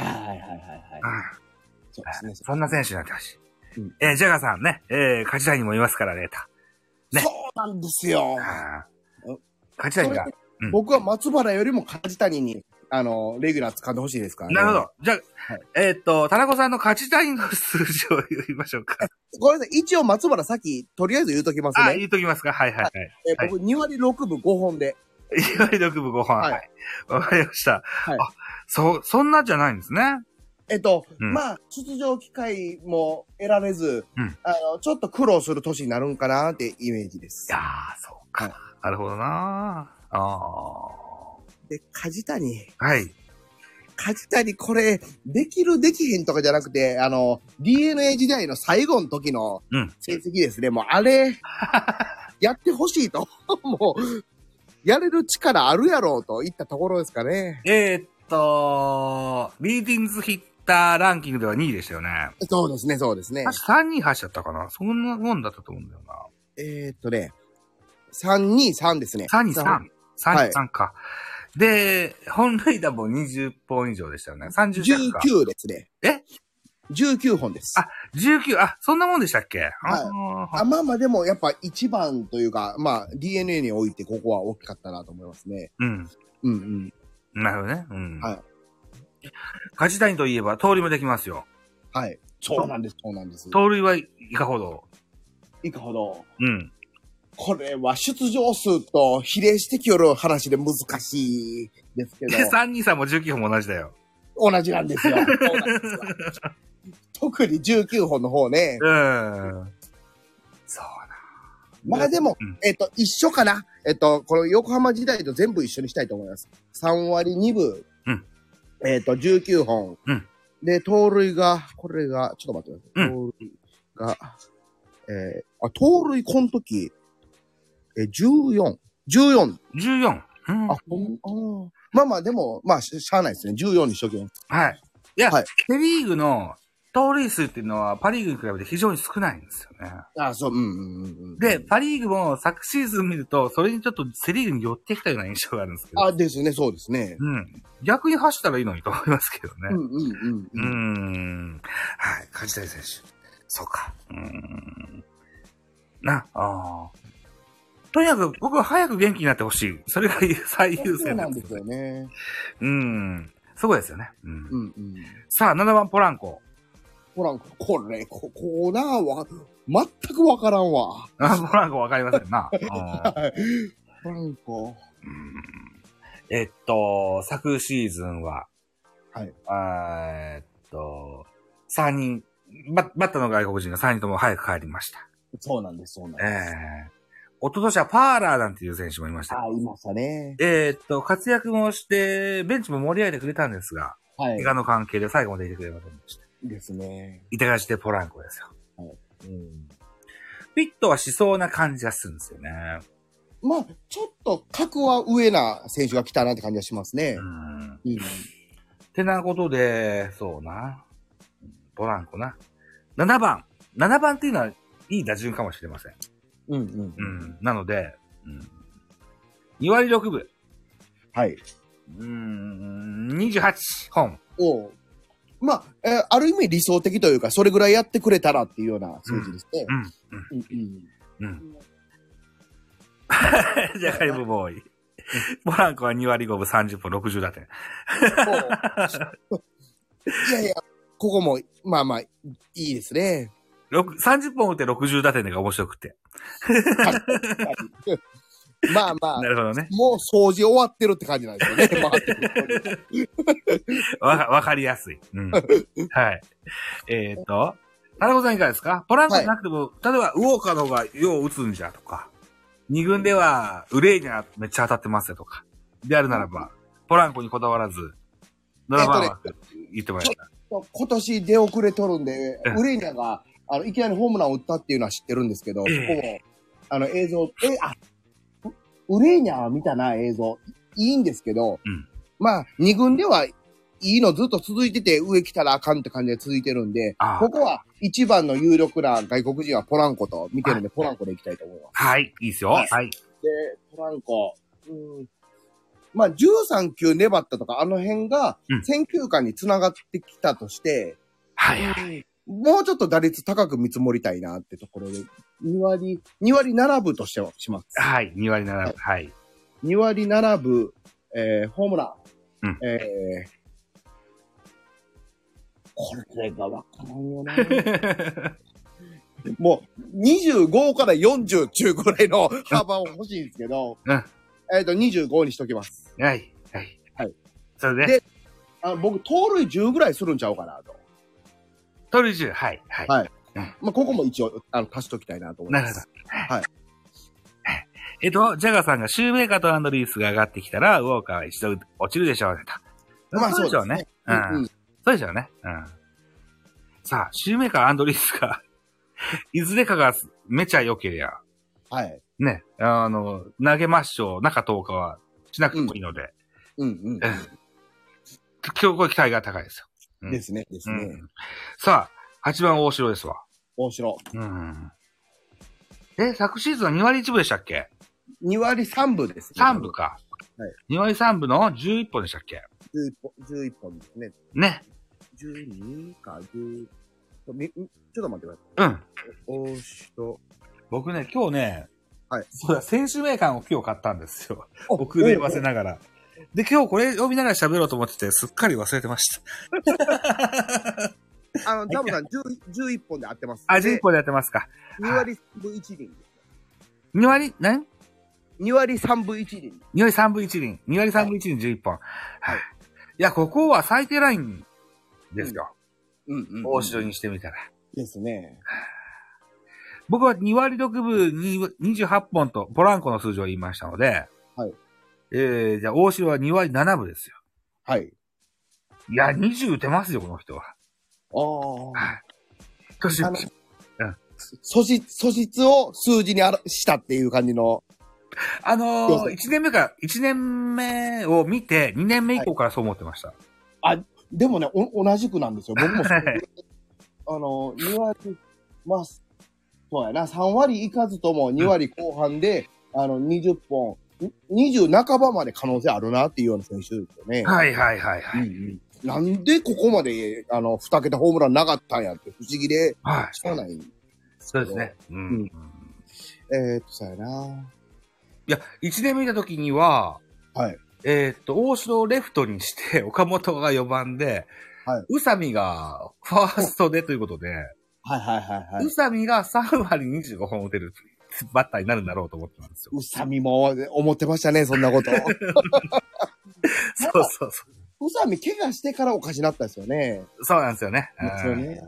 そうですね。そんな選手になってほしい。ジャガーさんね、勝ちたいにもいますからね、と。 ね。そうなんですよ。 勝ちたいが。 僕は松原よりも梶谷に、レギュラー掴んでほしいですからね。 なるほど。じゃあ、田中さんの勝ち谷の数字を言いましょうか。 これね、一応松原とりあえず言うときますね。 言うときますか。はい。 僕2割6分5本で。 2割6分5本。はい。わかりました。そんなじゃないんですね。 まあ、出場機会も得られず、ちょっと苦労する年になるんかなってイメージです。 いやー、そうか。なるほどなで、梶谷。 はい。 梶谷これ、できるできへんとかじゃなくて、DNA 時代の最後の時の成績ですね。もうあれ、やってほしいと。もう、やれる力あるやろうといったところですかね。 ビーディングヒッターランキングでは2位でしたよね。 そうですね。 328だったかな、そんなもんだったと思うんだよな。 323ですね。 323か。で、本塁打も20本以上でしたよね。30着か。 19ですね。19本です。 19、そんなもんでしたっけ？ まあでもやっぱ1番というか、まあ DNA においてここは大きかったなと思いますね。 なるほどね。梶谷といえば盗塁もできますよ。 はい。そうなんです。 盗塁はいかほど。 これは出場数と比例してきよる話で難しいですけど。 で、323も19本も同じだよ。 同じなんですよ。特に19本の方ね。 そうな。 まあでも、一緒かな。この横浜時代と全部一緒にしたいと思います。3割2分。19本。で、盗塁が、これが、ちょっと待ってください。盗塁が、盗塁この時、14。 まあまあ、でも、まあ、しゃあないですね。14にしときます。 はい。いや、 はいセリーグの盗塁数っていうのはパリーグに比べて非常に少ないんですよね。 そう、 で、パリーグも昨シーズン見ると、それにちょっとセリーグに寄ってきたような印象があるんですけど。 ですね、そうですね。 逆に走ったらいいのにと思いますけどね。はい、梶谷選手。そうか。とにかく僕は早く元気になってほしい。それが最優先なんですよね。 すごいですよね。さあ、7番ポランコ。 ポランコ、これ、コーナーは、全くわからんわ。 ポランコわかりませんな。 ポランコ。 昨シーズンは、 はい。 3人、バッターの外国人が3人とも早く帰りました。 そうなんです、そうなんです。 一昨年はパーラーなんていう選手もいました。 いましたね。 活躍もして、ベンチも盛り上げてくれたんですが、 はい。 怪我の関係で最後までいてくれませんでした。 ですね。 板勝ちでポランコですよ。 はい。 フィットはしそうな感じがするんですよね。 まあ、ちょっと格は上な選手が来たなって感じがしますね。 てなことで、そうな。ポランコな。7番っていうのはいい打順かもしれません。なので、2割6分。 はい。 28本。 まあ、ある意味理想的というか、それぐらいやってくれたらっていうような数字ですね。 じゃがいもボーイ。ポランコは2割5分30本60打点。 いや、ここも、まあまあ、いいですね。 30本打って60打点でが面白くて。 まあまあ。 なるほどね。 もう掃除終わってるって感じなんですよね。 わかりやすい。はい。田中さんいかがですか？ポランコじゃなくても、例えば、ウォーカーの方がよう打つんじゃとか、2軍では、ウレーニャめっちゃ当たってますよとか、であるならば、ポランコにこだわらず、7番は言ってもらえた。 今年出遅れとるんで、ウレーニャが、いきなりホームランを打ったっていうのは知ってるんですけど、そこも、映像、ウレーニャは見たな、映像。いいんですけど、まあ、2軍ではいいのずっと続いてて、上来たらあかんって感じで続いてるんで、ここは一番の有力な外国人はポランコと見てるんで、ポランコで行きたいと思います。 はい、いいですよ。はい。で、 ポランコ、まあ、13球粘ったとか、あの辺が、選球眼に繋がってきたとして、もうちょっと打率高く見積もりたいなってところで、2割7分としてはします。 はい、2割7分。はい。 2割7分、ホームラン。これがわからんよな。もう、25から40中ぐらいの幅を欲しいんですけど、25にしときます。 はい。それで、 僕、盗塁10ぐらいするんちゃうかなと。 盗塁10、はい。 まあ、ここも一応、足しときたいなと思います。 なるほど。はい。ジャガーさんがシューメーカーとアンドリースが上がってきたら、ウォーカーは一度落ちるでしょうねと。まあ、そうでしょうね。そうでしょうね。さあ、シューメーカー、アンドリースが、いずれかがめちゃ良けりゃ、ね、投げましょう。中10日はしなくてもいいので。今日これ期待が高いですよ。ですね。 さあ、8番大城ですわ。 大城。 昨シーズンは2割1分でしたっけ？ 2 割3分ですね。3分か。2割3分の11本でしたっけ？ 11本ですね。 ね。 12か10。ちょっと待ってください。大城。 僕ね、今日ね、そうだ、選手名鑑を今日買ったんですよ。僕で言わせながら。で、今日これを見ながら喋ろうと思ってて、すっかり忘れてました。 ザムさん、11本で合ってます。 11本でやってますか。 2割3分1厘。 2割、何 ?2 割3分1厘。 2割3分1厘。2割3分1厘11本。いや、ここは最低ラインですよ。大城にしてみたら。 ですね。 僕は2割6分28本とポランコの数字を言いましたので、じゃあ大城は2割7分ですよ。いや、20打てますよ、この人は。 素質を数字にしたっていう感じの。 1年目から、1年目を見て、2年目以降からそう思ってました。 でもね、同じくなんですよ。僕も2割、まあ、そうやな、3割いかずとも2割後半で、20本、20半ばまで可能性あるなっていうような選手ですよね。 はいはいはいはい。 なんでここまで、2桁ホームランなかったんやって不思議で、 はい。 しかないんです。 そうですね。 そうやな。 いや、1年目見た時には、 はい。 大城をレフトにして、岡本が4番で、 はい。 宇佐美がファーストでということで、 はいはいはいはい。 宇佐美が3割25本打てるバッターになるんだろうと思ってたんですよ。 宇佐美も思ってましたね、そんなこと。 そうそうそう。 宇佐美怪我してからおかしなったですよね。 そうなんですよね。 ですよね。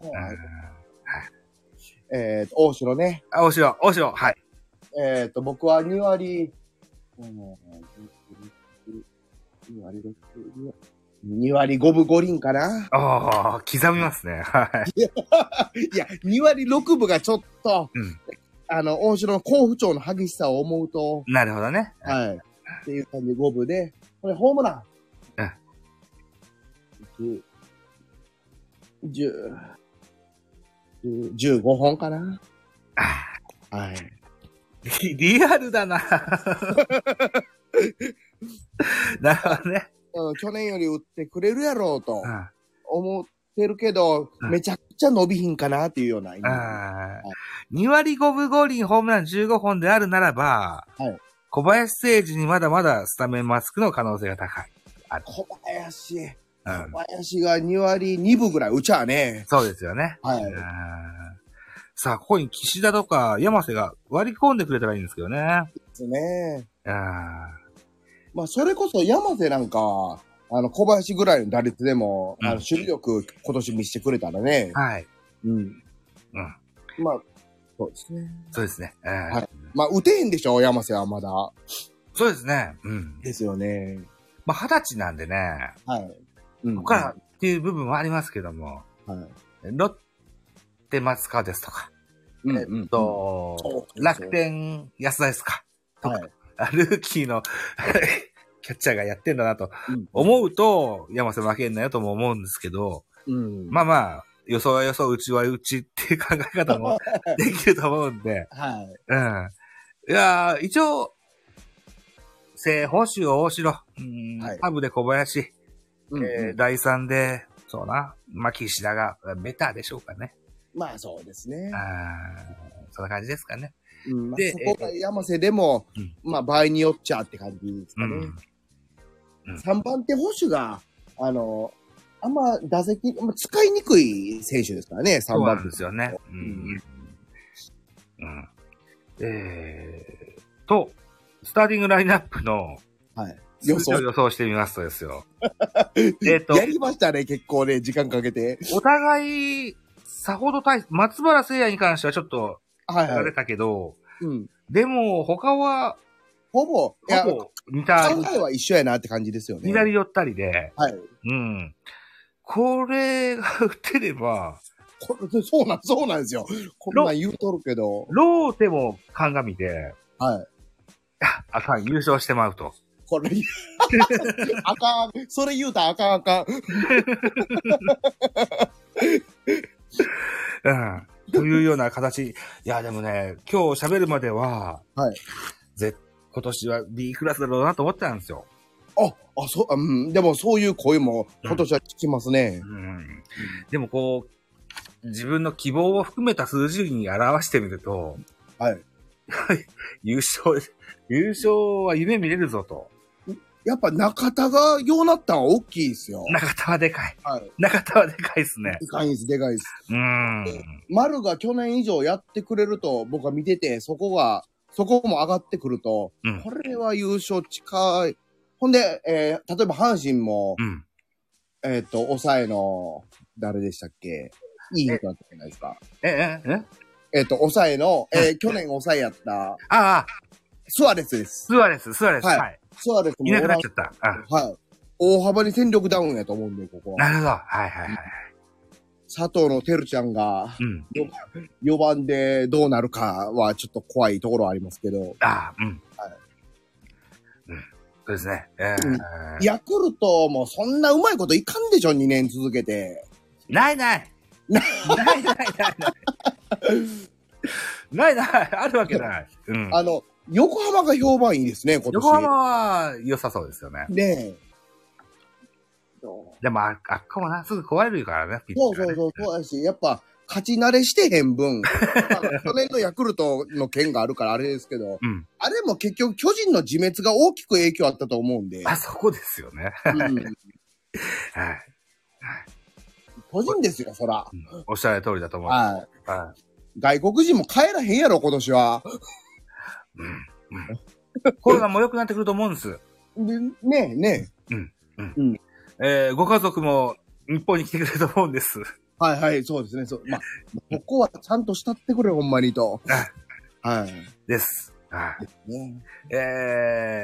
大城ね。 大城、はい。 僕は2割、2割5分5厘かな。 ああ、刻みますね。はい。 いや、2割6分がちょっと、大城の好不調の激しさを思うと。 なるほどね。 はい。っていう感じで5分で、これホームラン。15本かな。はい。 リアルだな。なるほどね。 去年より打ってくれるやろうと思ってるけど、めちゃくちゃ伸びひんかなっていうような。 2割5分5厘ホームラン15本であるならば、小林誠司にまだまだスタメンマスクの可能性が高い。 小林が2割2分ぐらい打ちゃね。 そうですよね。 はい。 さあ、ここに岸田とか山瀬が割り込んでくれたらいいんですけどね。 ですね。まあ、それこそ山瀬なんか、小林ぐらいの打率でも、守備力今年見せてくれたらね。 はい。 まあ、そうですね。 そうですね。 はい。まあ、打てへんでしょ、山瀬はまだ。 そうですね。 ですよね。 まあ、20歳なんでね。 はい。 ここからっていう部分はありますけども。ロッテ松川ですとか。楽天安田ですか。とか。ルーキーのキャッチャーがやってんだなと思うと、山瀬負けんなよとも思うんですけど、まあまあ、予想は予想、うちはうちっていう考え方もできると思うんで、いやー、一応、星大城、ハブで小林、第3で、そうな、まあ、岸田がベターでしょうかね。 まあそうですね。 そんな感じですかね。 で、そこが山瀬でも、まあ場合によっちゃって感じですかね。3番手捕手が、あんま打席、使いにくい選手ですからね、3番手。 そうですよね。スターティングラインナップの、予想してみますとですよ。 やりましたね、結構ね、時間かけて。 お互い、さほど松原聖也に関してはちょっと、やれたけど、でも、他は、 ほぼ、 似た。 考えは一緒やなって感じですよね。 左寄ったりで、これが打てれば、 そうなんですよ。こんなん言うとるけど。 ローテも鑑みて、優勝してまうと。 これ、あかん。それ言うたらあかん。 というような形。いや、でもね、今日喋るまでは、今年は B クラスだろうなと思ってたんですよ。 でもそういう声も今年は聞きますね。 でもこう、自分の希望を含めた数字に表してみると、優勝は夢見れるぞと。 やっぱ中田がようなったんは大きいですよ。 中田はでかい。中田はでかいですね。 でかいです。丸が去年以上やってくれると僕は見てて、そこも上がってくると、これは優勝近い。ほんで、例えば阪神も、抑えの、誰でしたっけ？いい人だったじゃないですか。抑えの、去年抑えやった、スアレスです。 スアレス。はい。 スアレスもいなくなっちゃった。 大幅に戦力ダウンやと思うんで、ここは。 なるほど。 佐藤のてるちゃんが、4番でどうなるかはちょっと怖いところはありますけど。 そうですね。 ヤクルトもそんなうまいこといかんでしょ、2年続けて。 ないないないないないないないあるわけない。うん。 横浜が評判いいですね、今年。 横浜は良さそうですよね。 ねえ。 でも、あっこもな、すぐ壊れるからね、ピッチャーね。 そうやし、やっぱ、勝ち慣れしてへん分、去年のヤクルトの件があるからあれですけど、あれも結局巨人の自滅が大きく影響あったと思うんで。 そこですよね。はい。 巨人ですよ、そら。 おっしゃる通りだと思います。 はい。外国人も帰らへんやろ、今年は。 コロナも良くなってくると思うんです。 ねえ。ご家族も日本に来てくれると思うんです。 はい、そうですね。まあ、ここはちゃんと慕ってくれ、ほんまにと。はい。 です。はい。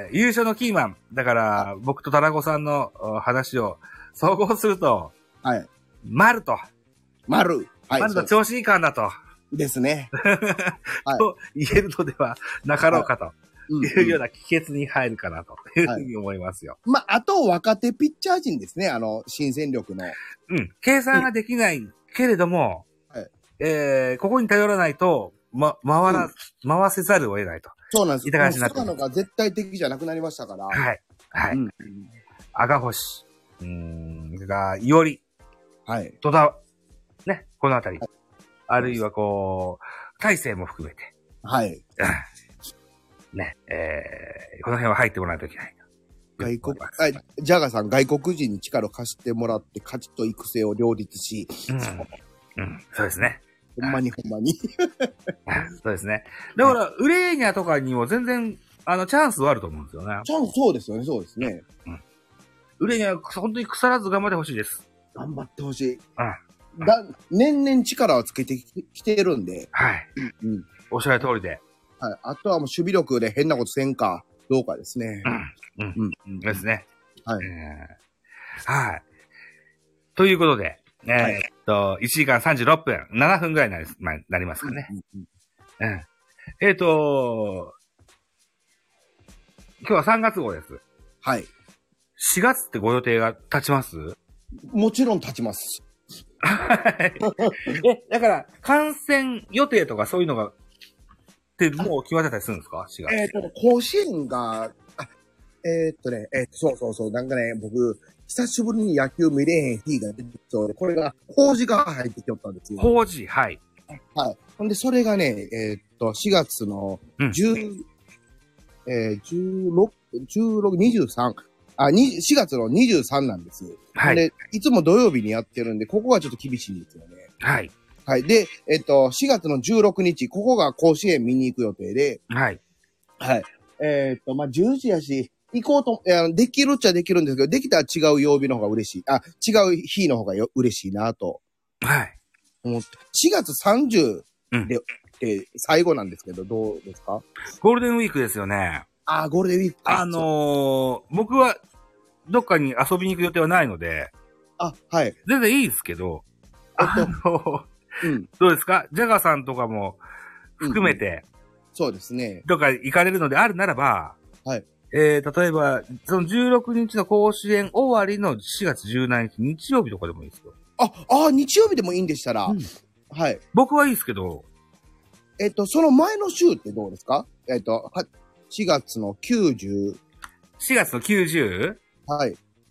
優勝のキーマン。だから、僕とタラゴさんの話を総合すると、 はい。 丸と。 丸。はい。 丸と調子いい感だと。 ですね。 と言えるのではなかろうかと。いうような帰結に入るかなというふうに思いますよ。 まあ、あと若手ピッチャー陣ですね。新戦力の。 計算ができないけれども、ここに頼らないと、回せざるを得ないと。 そうなんです。 いった感じになって菅野が絶対的じゃなくなりましたから。 はい。赤星。が、いおり。 はい。 戸田。ね、このあたり。あるいは大勢も含めて。 はい。 ね、この辺は入ってもらわないといけない。 ジャガさん、外国人に力を貸してもらって、価値と育成を両立し。 そうですね。 ほんまに。 そうですね。だから、ウレーニャとかにも全然、チャンスはあると思うんですよね。 そうですよね、そうですね。 ウレーニャは本当に腐らず頑張ってほしいです。 頑張ってほしい。年々力をつけてきてるんで。 はい。おっしゃる通りで。 はい。あとはもう守備力で変なことせんか、どうかですね。 ですね。 はい。 はい。ということで、1時間36分、7分ぐらいになりますかね。今日は3月号です。 はい。 4月ってご予定が立ちます？ もちろん立ちます。 だから、観戦予定とかそういうのが、ってもう決まってたりするんですか？ 4 月。 甲子園が、そう。なんかね、僕、久しぶりに野球見れへん日が出てきそうで、これが、法事が入ってきよったんですよ。 法事、はい。 はい。ほんで、それがね、4月の4月の23なんです。はい。で、いつも土曜日にやってるんで、ここがちょっと厳しいんですよね。 はい。 はい。で、4月の16日、ここが甲子園見に行く予定で、 はい。 はい。10時やし、行こうと、できるっちゃできるんですけど、できたら違う曜日の方が嬉しい。違う日の方が嬉しいなと。 はい。 思って。4月30で、最後なんですけど、どうですか？ ゴールデンウィークですよね。 ゴールデンウィークか。 僕は、どっかに遊びに行く予定はないので、 はい。 全然いいですけど、どうですか？ジャガーさんとかも含めて、 そうですね。 どっか行かれるのであるならば、 はい。 例えば、その16日の甲子園終わりの4月17日、日曜日とかでもいいですよ。 日曜日でもいいんでしたら、はい。 僕はいいですけど、 その前の週ってどうですか？4月の90。 4月の 90？ はい。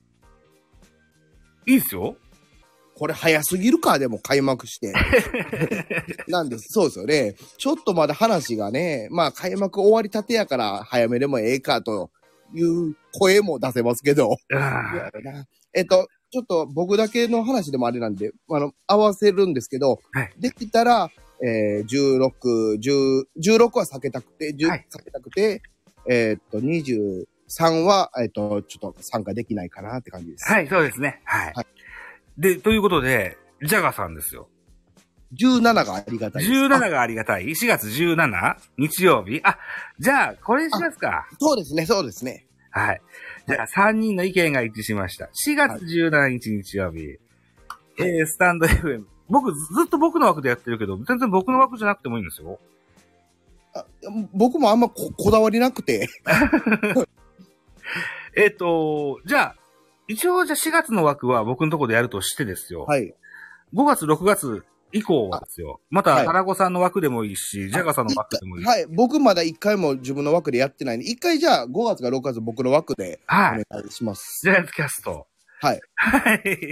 いいっすよ。 これ早すぎるか、でも開幕して。なんです。そうですよね。ちょっとまだ話がね、まあ開幕終わりたてやから早めでもええかという声も出せますけど。ちょっと僕だけの話でもあれなんで、合わせるんですけど、 はい、 できたら、16は避けたくて、避けたくて、23は、ちょっと参加できないかなって感じです。 はい、そうですね。はい。はい、で、ということで、ジャガさんですよ。 17がありがたいです。 17がありがたい ?4 月 17? 日曜日？じゃあ、これにしますか。 そうですね、そうですね。 はい。じゃあ、3人の意見が一致しました。4月17日日曜日。スタンド FM。僕、ずっと僕の枠でやってるけど、全然僕の枠じゃなくてもいいんですよ。 僕もあんまこだわりなくて。 じゃあ、一応じゃあ4月の枠は僕のところでやるとしてですよ。 はい。 5月、6月以降はですよ。また、タラゴさんの枠でもいいし、ジャガさんの枠でもいいし。 はい。僕まだ1回も自分の枠でやってないんで、1回じゃあ5月か6月僕の枠でお願いします。 ジャイアンツキャスト。 はい。 はい。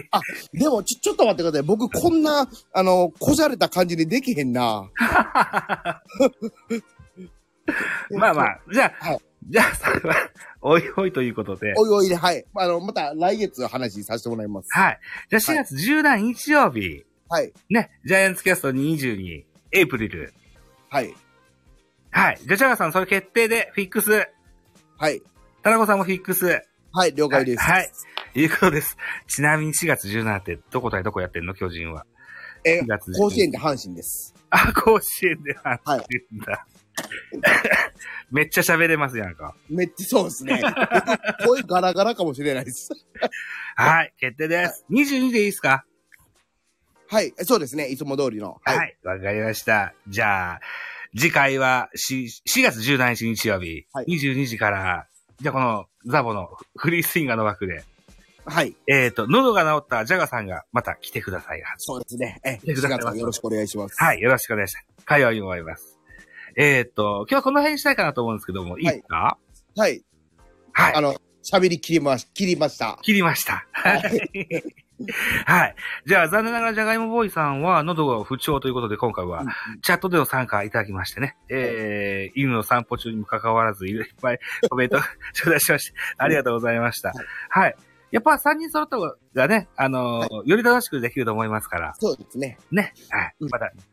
あ、でもちょっと待ってください。僕こんな、こじゃれた感じでできへんな。 まあまあ、じゃあ、 はい。 じゃあ、それは、おいおいということで。 おいおいで、はい。また来月話させてもらいます。 はい。じゃあ4月17日曜日。 はい。 ね、ジャイアンツキャスト22、エイプリル。 はい。 はい。じゃあ、ジャガさん、それ決定で、フィックス。 はい。 タラコさんもフィックス。 はい、了解です。 はい。いうことです。ちなみに4月17ってどこ対どこやってんの巨人は。 4月甲子園で阪神です。 あ、甲子園で阪神だ。はい、めっちゃ喋れますやんか。 めっちゃそうですね。声ガラガラかもしれないです。 はい、決定です。はい、22でいいですか？ はい、そうですね。いつも通りの。 はい、わかりました。じゃあ、次回は4月17日日曜日、はい、22時から、じゃあこのザボのフリースインガーの枠で、 はい。 喉が治ったジャガさんがまた来てください。 そうですね。来てくださいます。よろしくお願いします。 はい、よろしくお願いします。会話に思います。今日はこの辺にしたいかなと思うんですけども、いいですか？ はい。はい。喋り切りました。 切りました。はい。はい。じゃあ、残念ながら、ジャガイモボーイさんは喉が不調ということで、今回は、チャットでの参加いただきましてね、犬の散歩中にもかかわらず、いっぱいコメント頂戴しまして、ありがとうございました。はい。やっぱ3人揃った方がね、より楽しくできると思いますから。 そうですね。 ね。はい。また、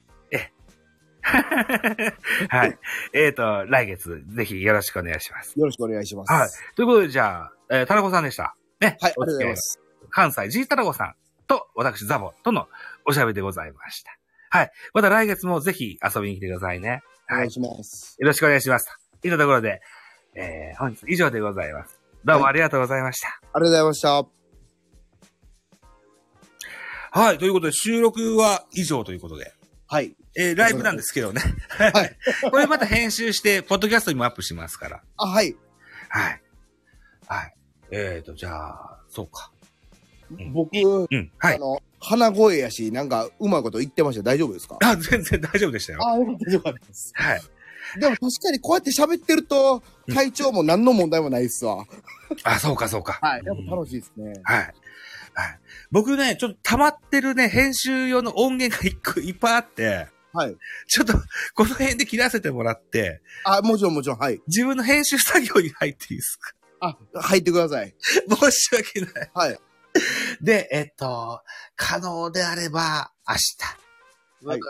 はい。来月、ぜひよろしくお願いします。 よろしくお願いします。 はい。ということで、じゃあ、タラコさんでした。ね。 はい、ありがとうございます。 関西 G タラゴさんと、私ザボとのおしゃべりでございました。はい。また来月もぜひ遊びに来てくださいね。 はい。お願いします。 よろしくお願いします。といったところで、本日以上でございます。どうもありがとうございました。 ありがとうございました。 はい。ということで、収録は以上ということで。 はい。 ライブなんですけどね。はい。これまた編集して、ポッドキャストにもアップしますから。 あ、はい。 はい。はい。じゃあ、そうか。 僕、 はい。 鼻声やし、なんか、うまいこと言ってました。大丈夫ですか？ あ、全然大丈夫でしたよ。 あ、よかったです。 はい。 でも確かにこうやって喋ってると、体調も何の問題もないっすわ。 あ、そうか、そうか。 はい。やっぱ楽しいですね。 はい。はい。僕ね、ちょっと溜まってるね、編集用の音源がいっぱいあって、 はい。 ちょっと、この辺で切らせてもらって、 あ、もちろん、はい。 自分の編集作業に入っていいですか？ あ、入ってください。 申し訳ない。 はい。 で、可能であれば、明日。はい。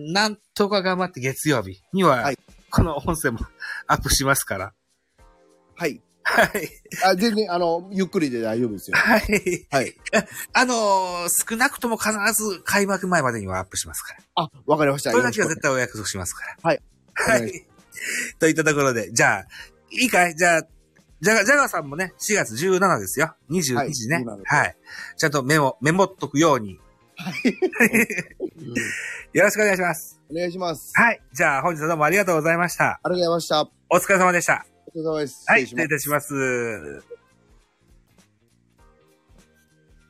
なんとか頑張って月曜日には、はい、この音声もアップしますから。 はい。 はい。 あ、全然、ゆっくりで大丈夫ですよ。 はい。はい。少なくとも必ず開幕前までにはアップしますから。 あ、わかりました。 それだけは絶対お約束しますから。 はい。 はい。といったところで、じゃあ、いいかい？じゃあ、ジャガーさんもね、4月17ですよ。22時ね。はい。ちゃんとメモっとくように。はい。よろしくお願いします。 お願いします。 はい。じゃあ、本日はどうもありがとうございました。 ありがとうございました。 お疲れ様でした。 お疲れ様です。 はい。失礼いたします。